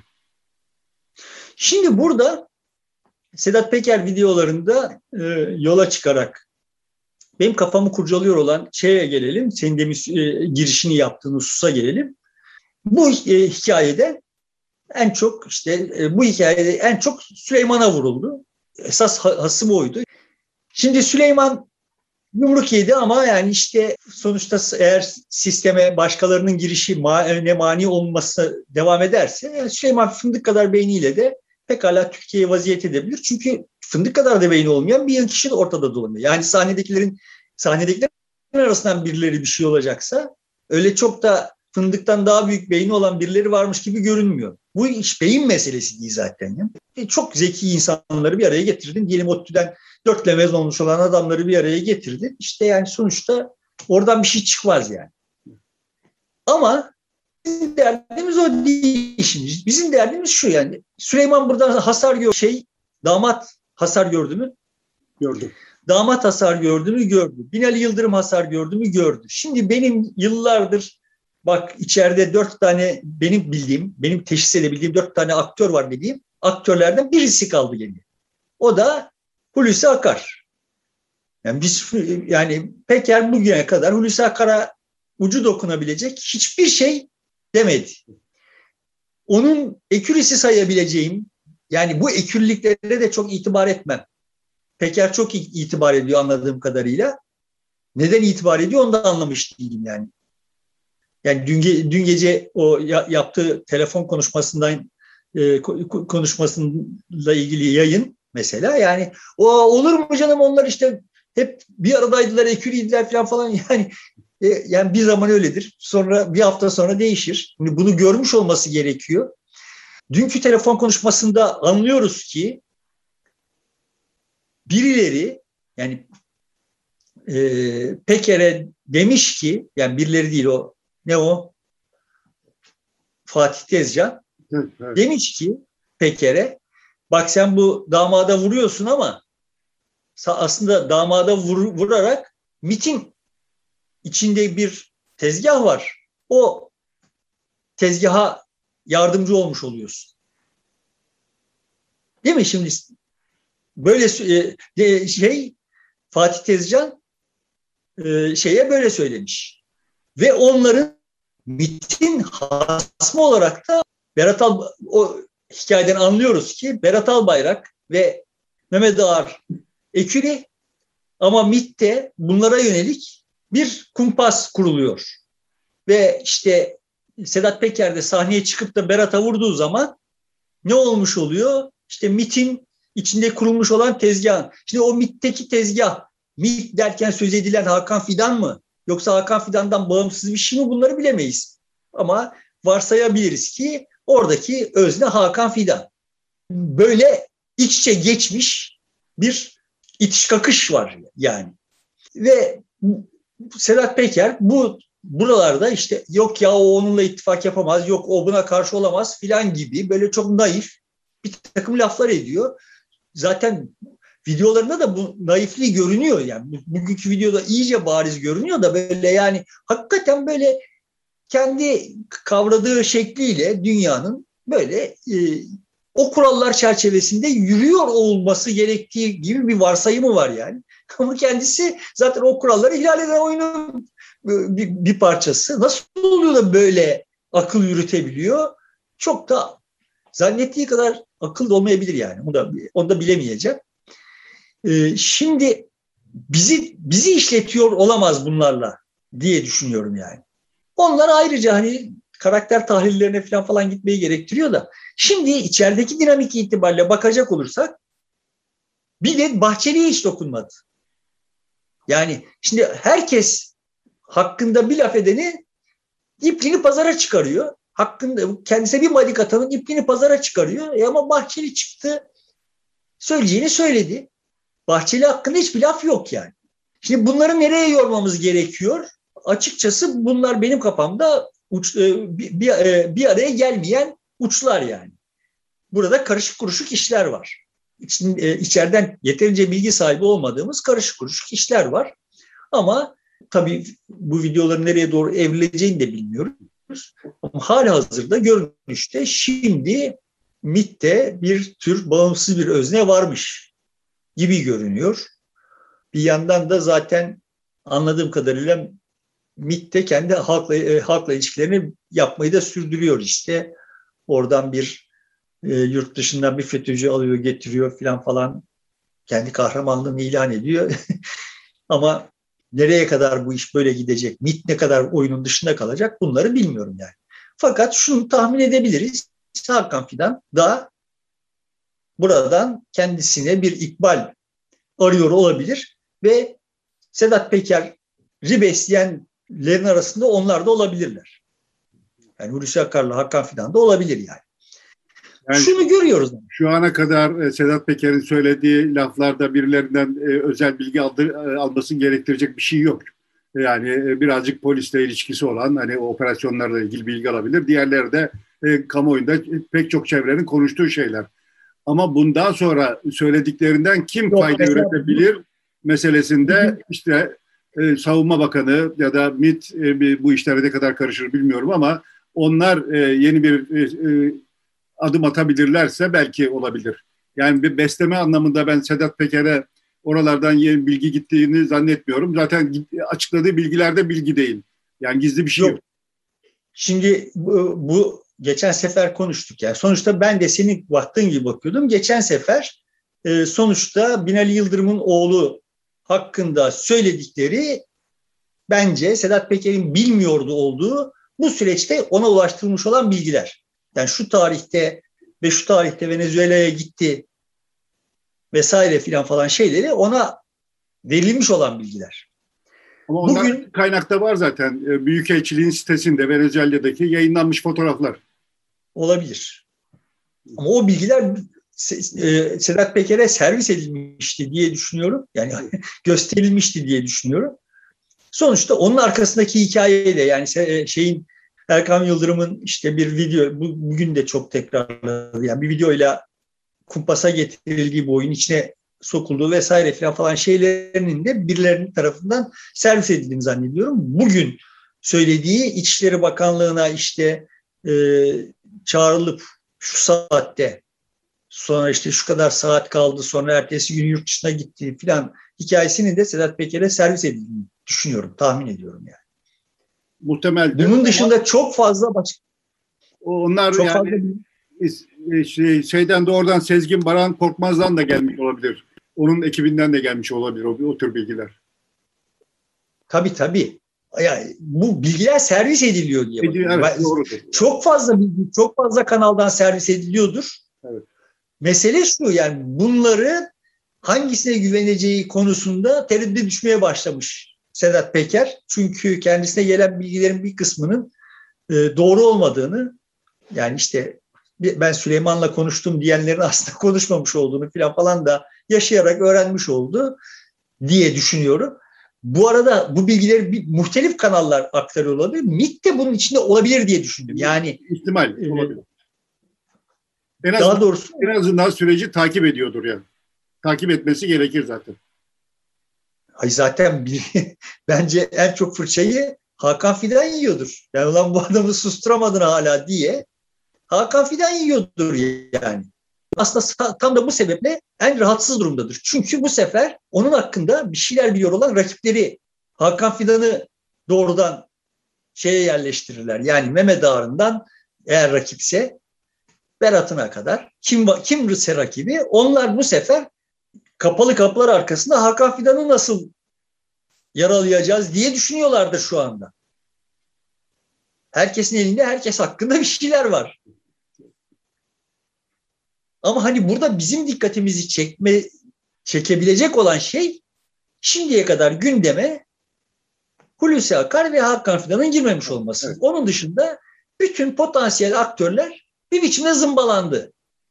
Şimdi burada Sedat Peker videolarında e, yola çıkarak benim kafamı kurcalıyor olan şeye gelelim. Senin demin e, girişini yaptığın hususa gelelim. Bu e, hikayede en çok işte e, bu hikayede en çok Süleyman'a vuruldu. Esas hasım oydu. Şimdi Süleyman yumruk yedi ama yani işte sonuçta eğer sisteme başkalarının girişi ne mani olması devam ederse yani Süleyman fındık kadar beyniyle de pekala Türkiye'ye vaziyet edebilir. Çünkü fındık kadar da beyni olmayan bir kişi de ortada dolanıyor. Yani sahnedekilerin sahnedekilerin arasından birileri bir şey olacaksa öyle çok da fındıktan daha büyük beyni olan birileri varmış gibi görünmüyor. Bu iş beyin meselesi değil zaten. Yani. Çok zeki insanları bir araya getirdin. Diyelim ODTÜ'den dörtle mezun olmuş olan adamları bir araya getirdin. İşte yani sonuçta oradan bir şey çıkmaz yani. Ama bizim derdimiz o değil işimiz. Bizim derdimiz şu yani. Süleyman buradan hasar gördü. Şey, damat hasar gördü mü?
Gördü.
Damat hasar gördü mü? Gördü. Binali Yıldırım hasar gördü mü? Gördü. Şimdi benim yıllardır bak içeride dört tane benim bildiğim, benim teşhis edebildiğim dört tane aktör var dediğim aktörlerden birisi kaldı geriye. O da Hulusi Akar. Yani biz yani Peker bugüne kadar Hulusi Akar'a ucu dokunabilecek hiçbir şey demedi. Onun ekürisi sayabileceğim, yani bu ekürlüklere de çok itibar etmem. Peker çok itibar ediyor anladığım kadarıyla. Neden itibar ediyor onu da anlamış değilim yani. Yani dün, ge- dün gece o ya- yaptığı telefon konuşmasından e, konuşmasıyla ilgili yayın mesela yani o olur mu canım onlar işte hep bir aradaydılar, eküriydiler falan falan yani e, yani bir zaman öyledir. Sonra bir hafta sonra değişir. Şimdi bunu görmüş olması gerekiyor. Dünkü telefon konuşmasında anlıyoruz ki birileri yani e, Peker'e demiş ki yani birileri değil o ne o? Fatih Tezcan
evet, evet.
demiş ki Peker'e bak sen bu damada vuruyorsun ama aslında damada vur, vurarak MİT'in içinde bir tezgah var. O tezgaha yardımcı olmuş oluyorsun. Değil mi şimdi? Böyle e, şey Fatih Tezcan e, şeye böyle söylemiş. Ve onların MİT'in hasmı olarak da Berat Al, o hikayeden anlıyoruz ki Berat Albayrak ve Mehmet Ağar eküri ama MİT'te bunlara yönelik bir kumpas kuruluyor. Ve işte Sedat Peker de sahneye çıkıp da Berat'a vurduğu zaman ne olmuş oluyor? İşte MİT'in içinde kurulmuş olan tezgah. Şimdi o MİT'teki tezgah, MİT derken söz edilen Hakan Fidan mı? Yoksa Hakan Fidan'dan bağımsız bir şey mi? Bunları bilemeyiz. Ama varsayabiliriz ki oradaki özne Hakan Fidan. Böyle iç içe geçmiş bir itiş kakış var yani. Ve Sedat Peker bu buralarda işte yok ya o onunla ittifak yapamaz, yok o buna karşı olamaz filan gibi böyle çok naif bir takım laflar ediyor. Zaten videolarında da bu naifliği görünüyor yani. Bugünkü videoda iyice bariz görünüyor da böyle yani hakikaten böyle kendi kavradığı şekliyle dünyanın böyle e, o kurallar çerçevesinde yürüyor olması gerektiği gibi bir varsayımı var yani. Ama kendisi zaten o kuralları ihlal eden oyunun bir, bir parçası. Nasıl oluyor da böyle akıl yürütebiliyor? Çok da zannettiği kadar akıllı olmayabilir yani. Onu da, onu da bilemeyeceğim. Ee, şimdi bizi bizi işletiyor olamaz bunlarla diye düşünüyorum yani. Onlar ayrıca hani karakter tahlillerine falan falan gitmeyi gerektiriyor da. Şimdi içerideki dinamik itibariyle bakacak olursak bir de Bahçeli'ye hiç dokunmadı. Yani şimdi herkes hakkında bir laf edeni ipliğini pazara çıkarıyor. Hakkında kendisine bir madik atanın ipliğini pazara çıkarıyor. E ama Bahçeli çıktı, söyleyeceğini söyledi. Bahçeli hakkında hiçbir laf yok yani. Şimdi bunları nereye yormamız gerekiyor? Açıkçası bunlar benim kafamda uç, bir, bir, bir araya gelmeyen uçlar yani. Burada karışık kuruşuk işler var. İçin, içeriden yeterince bilgi sahibi olmadığımız karışık kuruşuk işler var. Ama tabii bu videoların nereye doğru evrileceğini de bilmiyoruz. Ama halihazırda görünüşte şimdi MİT'te bir tür bağımsız bir özne varmış gibi görünüyor. Bir yandan da zaten anladığım kadarıyla MİT de kendi halkla, e, halkla ilişkilerini yapmayı da sürdürüyor işte. Oradan bir e, yurt dışından bir FETÖ'cü alıyor, getiriyor falan falan. Kendi kahramanlığını ilan ediyor. Ama nereye kadar bu iş böyle gidecek, MİT ne kadar oyunun dışında kalacak bunları bilmiyorum yani. Fakat şunu tahmin edebiliriz. Hakan Fidan da buradan kendisine bir ikbal arıyor olabilir ve Sedat Peker'i besleyenlerin arasında onlar da olabilirler. Yani Hulusi Akar'la Hakan Fidan da olabilir yani. Yani şunu görüyoruz.
Şu ana kadar Sedat Peker'in söylediği laflarda birilerinden özel bilgi aldı, almasını gerektirecek bir şey yok. Yani birazcık polisle ilişkisi olan hani o operasyonlarla ilgili bilgi alabilir. Diğerleri de e, kamuoyunda pek çok çevrenin konuştuğu şeyler. Ama bundan sonra söylediklerinden kim yok, fayda üretebilir meselesinde hı hı. işte e, Savunma Bakanı ya da MİT e, bu işlere ne kadar karışır bilmiyorum ama onlar e, yeni bir e, adım atabilirlerse belki olabilir. Yani bir besleme anlamında ben Sedat Peker'e oralardan yeni bilgi gittiğini zannetmiyorum. Zaten açıkladığı bilgilerde bilgi değil. Yani gizli bir şey yok. yok.
Şimdi bu, bu geçen sefer konuştuk. Yani sonuçta ben de senin baktığın gibi bakıyordum. Geçen sefer e, sonuçta Binali Yıldırım'ın oğlu hakkında söyledikleri bence Sedat Peker'in bilmiyordu olduğu bu süreçte ona ulaştırılmış olan bilgiler. Yani şu tarihte ve şu tarihte Venezuela'ya gitti vesaire filan falan şeyleri ona verilmiş olan bilgiler.
Ama onlar bugün kaynakta var zaten. Büyükelçiliğin sitesinde Venezuela'daki yayınlanmış fotoğraflar.
Olabilir. Ama o bilgiler Sedat Peker'e servis edilmişti diye düşünüyorum. Yani gösterilmişti diye düşünüyorum. Sonuçta onun arkasındaki hikaye de yani şeyin Erkan Yıldırım'ın işte bir video bugün de çok tekrarladı. Yani bir videoyla kumpasa getirildiği bu oyun içine sokulduğu vesaire falan, falan şeylerinin de birilerinin tarafından servis edildiğini zannediyorum. Bugün söylediği İçişleri Bakanlığı'na işte e, çağrılıp şu saatte sonra işte şu kadar saat kaldı sonra ertesi gün yurt dışına gitti falan hikayesini de Sedat Peker'e servis edildiğini düşünüyorum, tahmin ediyorum yani.
Muhtemeldir.
Bunun dışında çok fazla başka
onlar çok yani fazla... şey, şeyden doğrudan Sezgin Baran Korkmaz'dan da gelmiş olabilir. Onun ekibinden de gelmiş olabilir o, o tür bilgiler.
Tabii tabii. Yani bu bilgiler servis ediliyor diye bakıyorum.
Evet, doğrudur.
Çok fazla bilgi, çok fazla kanaldan servis ediliyordur.
Evet.
Mesele şu, yani bunları hangisine güveneceği konusunda tereddüde düşmeye başlamış Sedat Peker. Çünkü kendisine gelen bilgilerin bir kısmının e, doğru olmadığını, yani işte ben Süleyman'la konuştum diyenlerin aslında konuşmamış olduğunu falan falan da yaşayarak öğrenmiş oldu diye düşünüyorum. Bu arada bu bilgileri bir, muhtelif kanallar aktarıyor olabilir. MİT de bunun içinde olabilir diye düşündüm. Yani
ihtimal olabilir. En
daha
azından,
doğrusu
en azından süreci takip ediyordur yani. Takip etmesi gerekir zaten.
Ay zaten bir, bence en çok fırçayı Hakan Fidan yiyordur. Yani ulan bu adamı susturamadın hala diye Hakan Fidan yiyordur yani. Aslında tam da bu sebeple en rahatsız durumdadır. Çünkü bu sefer onun hakkında bir şeyler biliyor olan rakipleri Hakan Fidan'ı doğrudan şeye yerleştirirler. Yani Mehmet Ağar'ından eğer rakipse Berat'ına kadar kim kimse rakibi, onlar bu sefer kapalı kapılar arkasında Hakan Fidan'ı nasıl yaralayacağız diye düşünüyorlardır şu anda. Herkesin elinde herkes hakkında bir şeyler var. Ama hani burada bizim dikkatimizi çekme, çekebilecek olan şey şimdiye kadar gündeme Hulusi Akar ve Hakan Fidan'ın girmemiş olması. Evet. Onun dışında bütün potansiyel aktörler bir biçimde zımbalandı.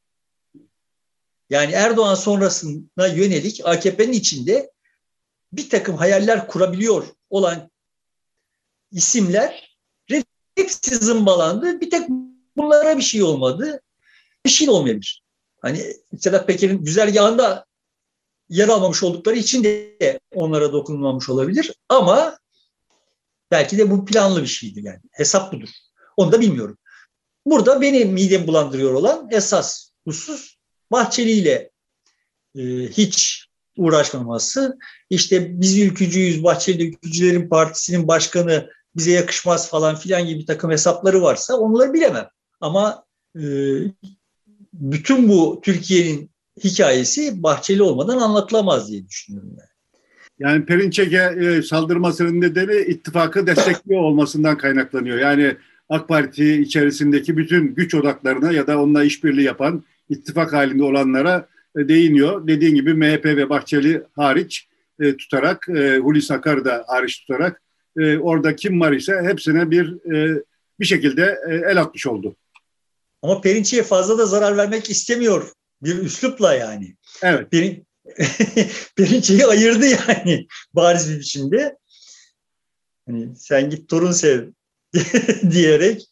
Yani Erdoğan sonrasına yönelik A K P'nin içinde bir takım hayaller kurabiliyor olan isimler hepsi zımbalandı. Bir tek bunlara bir şey olmadı. Bir şey olmayabilir. Hani Sedat Peker'in güzergahında yer almamış oldukları için de onlara dokunulmamış olabilir. Ama belki de bu planlı bir şeydi yani. Hesap budur. Onu da bilmiyorum. Burada beni midemi bulandırıyor olan esas husus Bahçeli ile e, hiç uğraşmaması. İşte biz ülkücüyüz, Bahçeli Ülkücülerin Partisi'nin başkanı, bize yakışmaz falan filan gibi bir takım hesapları varsa onları bilemem. Ama e, bütün bu Türkiye'nin hikayesi Bahçeli olmadan anlatılamaz diye düşünüyorum yani.
Yani Perinçek'e e, saldırmasının nedeni ittifakı destekliyor olmasından kaynaklanıyor. Yani AK Parti içerisindeki bütün güç odaklarına ya da onunla işbirliği yapan ittifak halinde olanlara e, değiniyor. Dediğin gibi M H P ve Bahçeli hariç e, tutarak, e, Hulusi Akar'ı da hariç tutarak e, orada kim var ise hepsine bir e, bir şekilde e, el atmış oldu.
Ama Perinçek'e fazla da zarar vermek istemiyor bir üslupla yani.
Evet.
Perin, Perinçek'i ayırdı yani bariz bir biçimde. Hani sen git torun sev diyerek.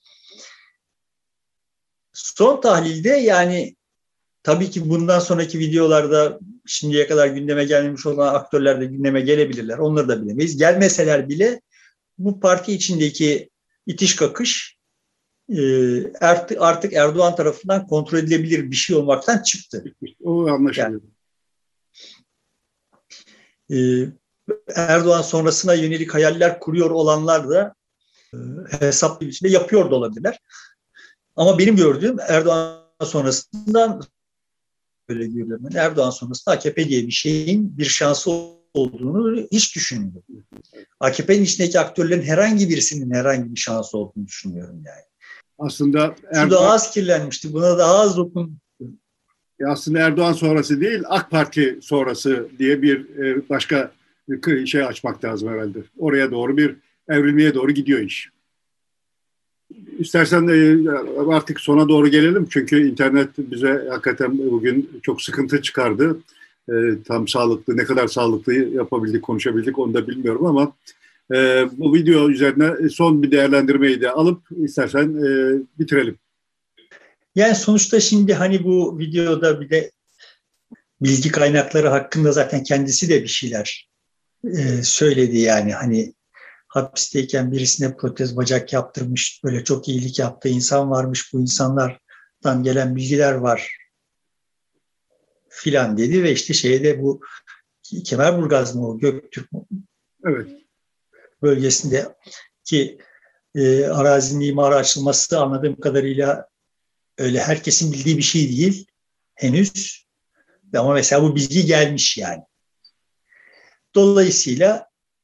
Son tahlilde yani tabii ki bundan sonraki videolarda şimdiye kadar gündeme gelmemiş olan aktörler de gündeme gelebilirler. Onları da bilemeyiz. Gelmeseler bile bu parti içindeki itiş kakış artık Erdoğan tarafından kontrol edilebilir bir şey olmaktan çıktı.
O anlaşılıyor.
Yani, Erdoğan sonrasına yönelik hayaller kuruyor olanlar da hesaplı bir şekilde yapıyor da olabilirler. Ama benim gördüğüm Erdoğan sonrasından böyle görüyorum. Erdoğan sonrasında A K P diye bir şeyin bir şansı olduğunu hiç düşünmüyorum. A K P'nin içindeki aktörlerin herhangi birisinin herhangi bir şansı olduğunu düşünüyorum yani.
Aslında
Erdoğan, şu daha az kirlenmişti. Buna daha az dokun.
Aslında Erdoğan sonrası değil, AK Parti sonrası diye bir başka şey açmak lazım herhalde. Oraya doğru bir evrilmeye doğru gidiyor iş. İstersen artık sona doğru gelelim. Çünkü internet bize hakikaten bugün çok sıkıntı çıkardı. Tam sağlıklı, ne kadar sağlıklı yapabildik, konuşabildik onu da bilmiyorum ama bu video üzerine son bir değerlendirmeyi de alıp istersen bitirelim.
Yani sonuçta şimdi hani bu videoda bir de bilgi kaynakları hakkında zaten kendisi de bir şeyler e, söyledi yani hani hapisteyken birisine protez bacak yaptırmış, böyle çok iyilik yaptığı insan varmış, bu insanlardan gelen bilgiler var filan dedi ve işte şeyde bu Kemerburgaz mı o Göktürk
evet.
bölgesinde ki e, arazinin imara açılması anladığım kadarıyla öyle herkesin bildiği bir şey değil henüz. Ama mesela bu bilgi gelmiş yani. Dolayısıyla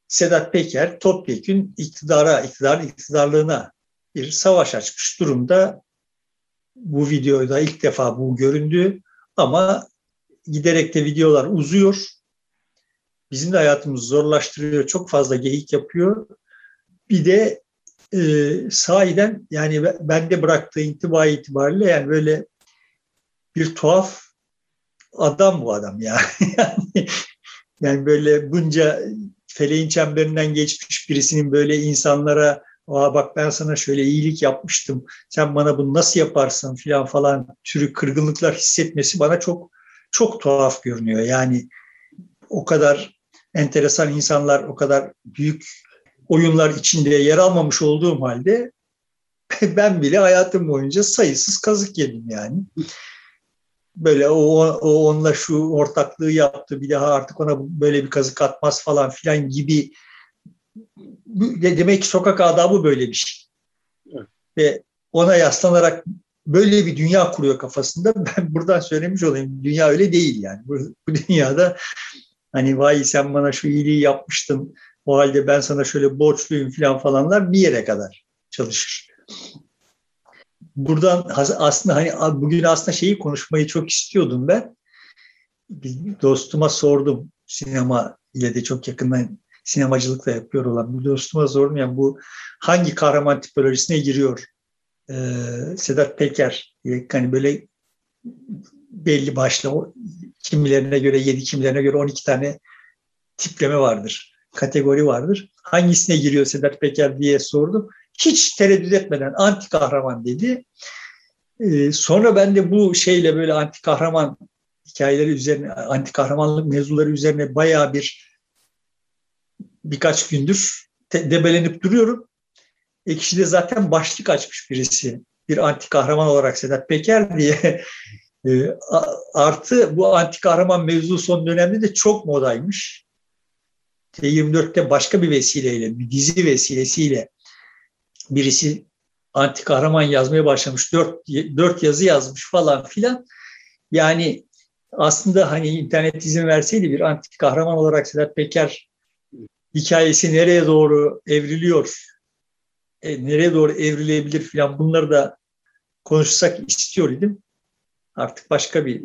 Sedat Peker topyekün iktidara, iktidarın iktidarlığına bir savaş açmış durumda. Bu videoda ilk defa bu göründü ama giderek de videolar uzuyor. Bizim de hayatımızı zorlaştırıyor, çok fazla geyik yapıyor. Bir de e, sahiden yani bende bıraktığı intiba itibariyle yani böyle bir tuhaf adam bu adam ya. yani, yani böyle bunca feleğin çemberinden geçmiş birisinin böyle insanlara aa bak ben sana şöyle iyilik yapmıştım, sen bana bunu nasıl yaparsın falan falan türü kırgınlıklar hissetmesi bana çok çok tuhaf görünüyor. Yani o kadar enteresan insanlar, o kadar büyük oyunlar içinde yer almamış olduğum halde ben bile hayatım boyunca sayısız kazık yedim yani. Böyle o, o onunla şu ortaklığı yaptı, bir daha artık ona böyle bir kazık atmaz falan filan gibi. Demek ki sokak adabı böyle bir şey. Evet. Ve ona yaslanarak böyle bir dünya kuruyor kafasında. Ben buradan söylemiş olayım. Dünya öyle değil yani. Bu, bu dünyada hani vay sen bana şu iyiliği yapmıştın, o halde ben sana şöyle borçluyum falan falanlar bir yere kadar çalışır. Buradan aslında hani bugün aslında şeyi konuşmayı çok istiyordum ben. Bir dostuma sordum. Sinema ile de çok yakından sinemacılık da yapıyor olan bir dostuma sordum. Yani bu hangi kahraman tipolojisine giriyor? Ee, Sedat Peker hani böyle belli başlı kimilerine göre yedi, kimilerine göre on iki tane tipleme vardır, kategori vardır. Hangisine giriyor Sedat Peker diye sordum. Hiç tereddüt etmeden anti kahraman dedi. Ee, sonra ben de bu şeyle böyle anti kahraman hikayeleri üzerine, anti kahramanlık mevzuları üzerine bayağı bir birkaç gündür te- debelenip duruyorum. Ekşi'de zaten başlık açmış birisi. Bir anti kahraman olarak Sedat Peker diye. E, artı bu anti kahraman mevzu son dönemde de çok modaymış. T yirmi dörtte başka bir vesileyle, bir dizi vesilesiyle birisi anti kahraman yazmaya başlamış. Dört, dört yazı yazmış falan filan. Yani aslında hani internet izin verseydi bir anti kahraman olarak Sedat Peker hikayesi nereye doğru evriliyor, e, nereye doğru evrilebilir filan bunları da konuşsak istiyor idim. Artık başka bir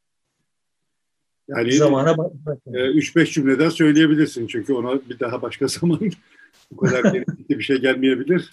yani
zamana
üç beş cümleden söyleyebilirsin çünkü ona bir daha başka zaman bu kadar gerekli bir şey gelmeyebilir.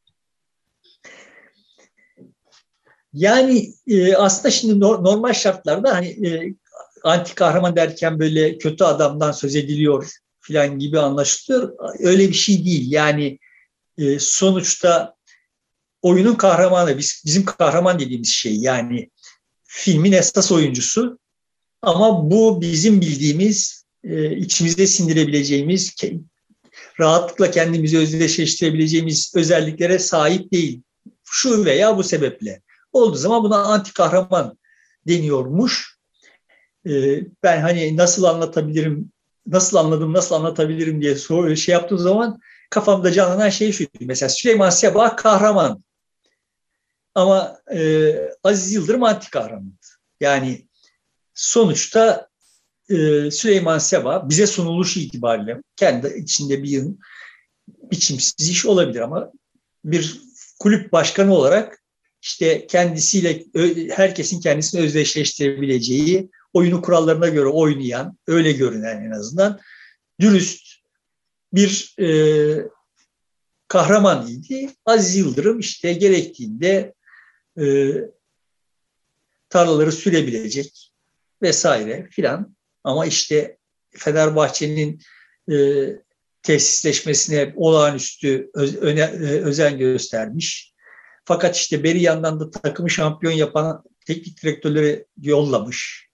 Yani e, aslında şimdi no, normal şartlarda hani e, anti kahraman derken böyle kötü adamdan söz ediliyor filan gibi anlaşılıyor. Öyle bir şey değil. Yani e, sonuçta oyunun kahramanı, biz, bizim kahraman dediğimiz şey yani filmin esas oyuncusu. Ama bu bizim bildiğimiz, e, içimizde sindirebileceğimiz, ke, rahatlıkla kendimizi özdeşleştirebileceğimiz özelliklere sahip değil. Şu veya bu sebeple. Olduğu zaman buna anti kahraman deniyormuş. E, ben hani nasıl anlatabilirim, nasıl anladım, nasıl anlatabilirim diye sor, şey yaptığım zaman kafamda canlanan şey şu. Mesela Süleyman Seba kahraman. Ama e, Aziz Yıldırım anti kahraman. Yani sonuçta e, Süleyman Seba bize sunuluşu itibariyle kendi içinde bir yıl biçimsiz iş olabilir ama bir kulüp başkanı olarak işte kendisiyle herkesin kendisini özdeşleştirebileceği, oyunu kurallarına göre oynayan, öyle görünen en azından dürüst bir e, kahraman idi. Aziz Yıldırım işte gerektiğinde e, tarlaları sürebilecek vesaire filan. Ama işte Fenerbahçe'nin e, tesisleşmesine olağanüstü öz, öne, e, özen göstermiş. Fakat işte beri yandan da takımı şampiyon yapan teknik direktörleri yollamış.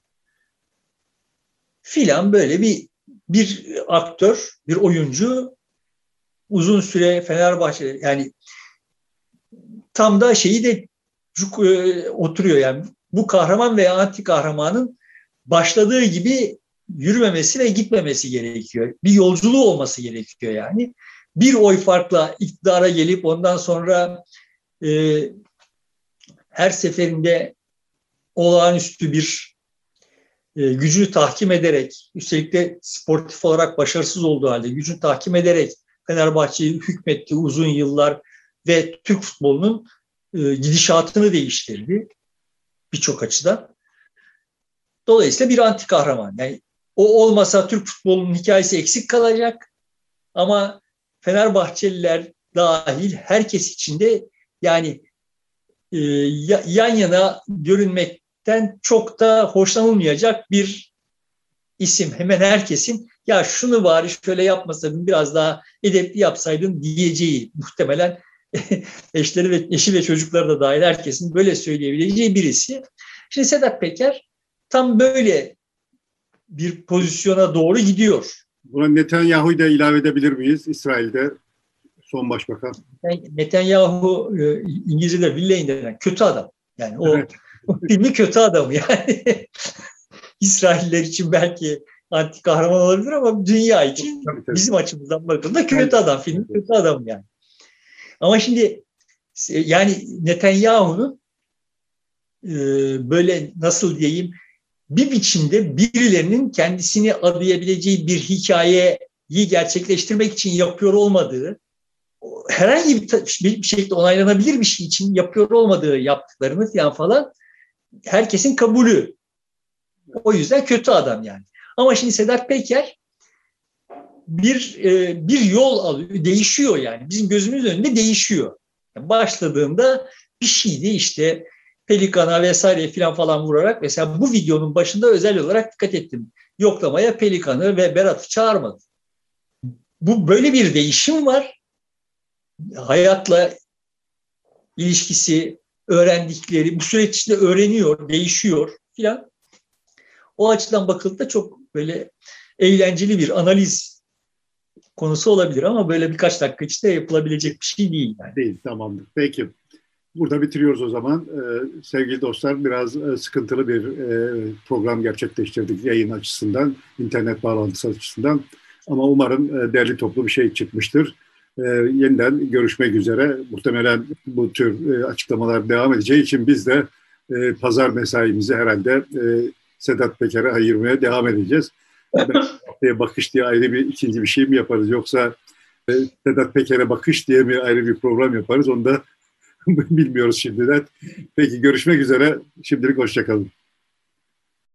Filan böyle bir bir aktör, bir oyuncu uzun süre Fenerbahçe yani tam da şeyi de e, oturuyor yani bu kahraman veya anti kahramanın başladığı gibi yürümemesi ve gitmemesi gerekiyor. Bir yolculuğu olması gerekiyor yani. Bir oy farkla iktidara gelip ondan sonra e, her seferinde olağanüstü bir e, gücünü tahkim ederek, üstelik de sportif olarak başarısız olduğu halde gücünü tahkim ederek Fenerbahçe'yi hükmetti uzun yıllar ve Türk futbolunun e, gidişatını değiştirdi birçok açıdan. Dolayısıyla bir anti kahraman. Yani o olmasa Türk futbolunun hikayesi eksik kalacak ama Fenerbahçeliler dahil herkes için de yani e, yan yana görünmekten çok da hoşlanılmayacak bir isim. Hemen herkesin ya şunu bari şöyle yapmasaydın, biraz daha edepli yapsaydın diyeceği, muhtemelen eşleri ve eşi ve çocukları da dahil herkesin böyle söyleyebileceği birisi. Şimdi Sedat Peker tam böyle bir pozisyona doğru gidiyor.
Buna Netanyahu'yu da ilave edebilir miyiz? İsrail'de son başbakan.
Netanyahu İngilizce'de villain denen kötü adam. Yani o, evet. O filmi kötü adam yani. İsrailler için belki anti kahraman olabilir ama dünya için tabii, tabii. Bizim açımızdan bakıldığında kötü adam. Film kötü adam yani. Ama şimdi yani Netanyahu'nun böyle nasıl diyeyim bir biçimde birilerinin kendisini adayabileceği bir hikayeyi gerçekleştirmek için yapıyor olmadığı, herhangi bir, bir şekilde onaylanabilir bir şey için yapıyor olmadığı yaptıklarını falan falan herkesin kabulü. O yüzden kötü adam yani. Ama şimdi Sedat Peker bir bir yol alıyor, değişiyor yani. Bizim gözümüz önünde değişiyor. Yani başladığında bir şeydi işte Pelikan'a vesaire filan falan vurarak, mesela bu videonun başında özel olarak dikkat ettim. Yoklamaya Pelikan'ı ve Berat'ı çağırmadı. Bu böyle bir değişim var. Hayatla ilişkisi, öğrendikleri, bu süreç içinde öğreniyor, değişiyor filan. O açıdan bakıldığında çok böyle eğlenceli bir analiz konusu olabilir ama böyle birkaç dakika içinde yapılabilecek bir şey değil. Yani.
Değil, tamamdır. Peki. Burada bitiriyoruz o zaman. Ee, sevgili dostlar, biraz e, sıkıntılı bir e, program gerçekleştirdik yayın açısından, internet bağlantısı açısından. Ama umarım e, derli toplu bir şey çıkmıştır. E, yeniden görüşmek üzere. Muhtemelen bu tür e, açıklamalar devam edeceği için biz de e, pazar mesaimizi herhalde e, Sedat Peker'e ayırmaya devam edeceğiz. Haftaya bakış diye ayrı bir ikinci bir şey mi yaparız, yoksa e, Sedat Peker'e bakış diye mi ayrı bir program yaparız, onu da bilmiyoruz şimdiden. Peki, görüşmek üzere. Şimdilik hoşça kalın.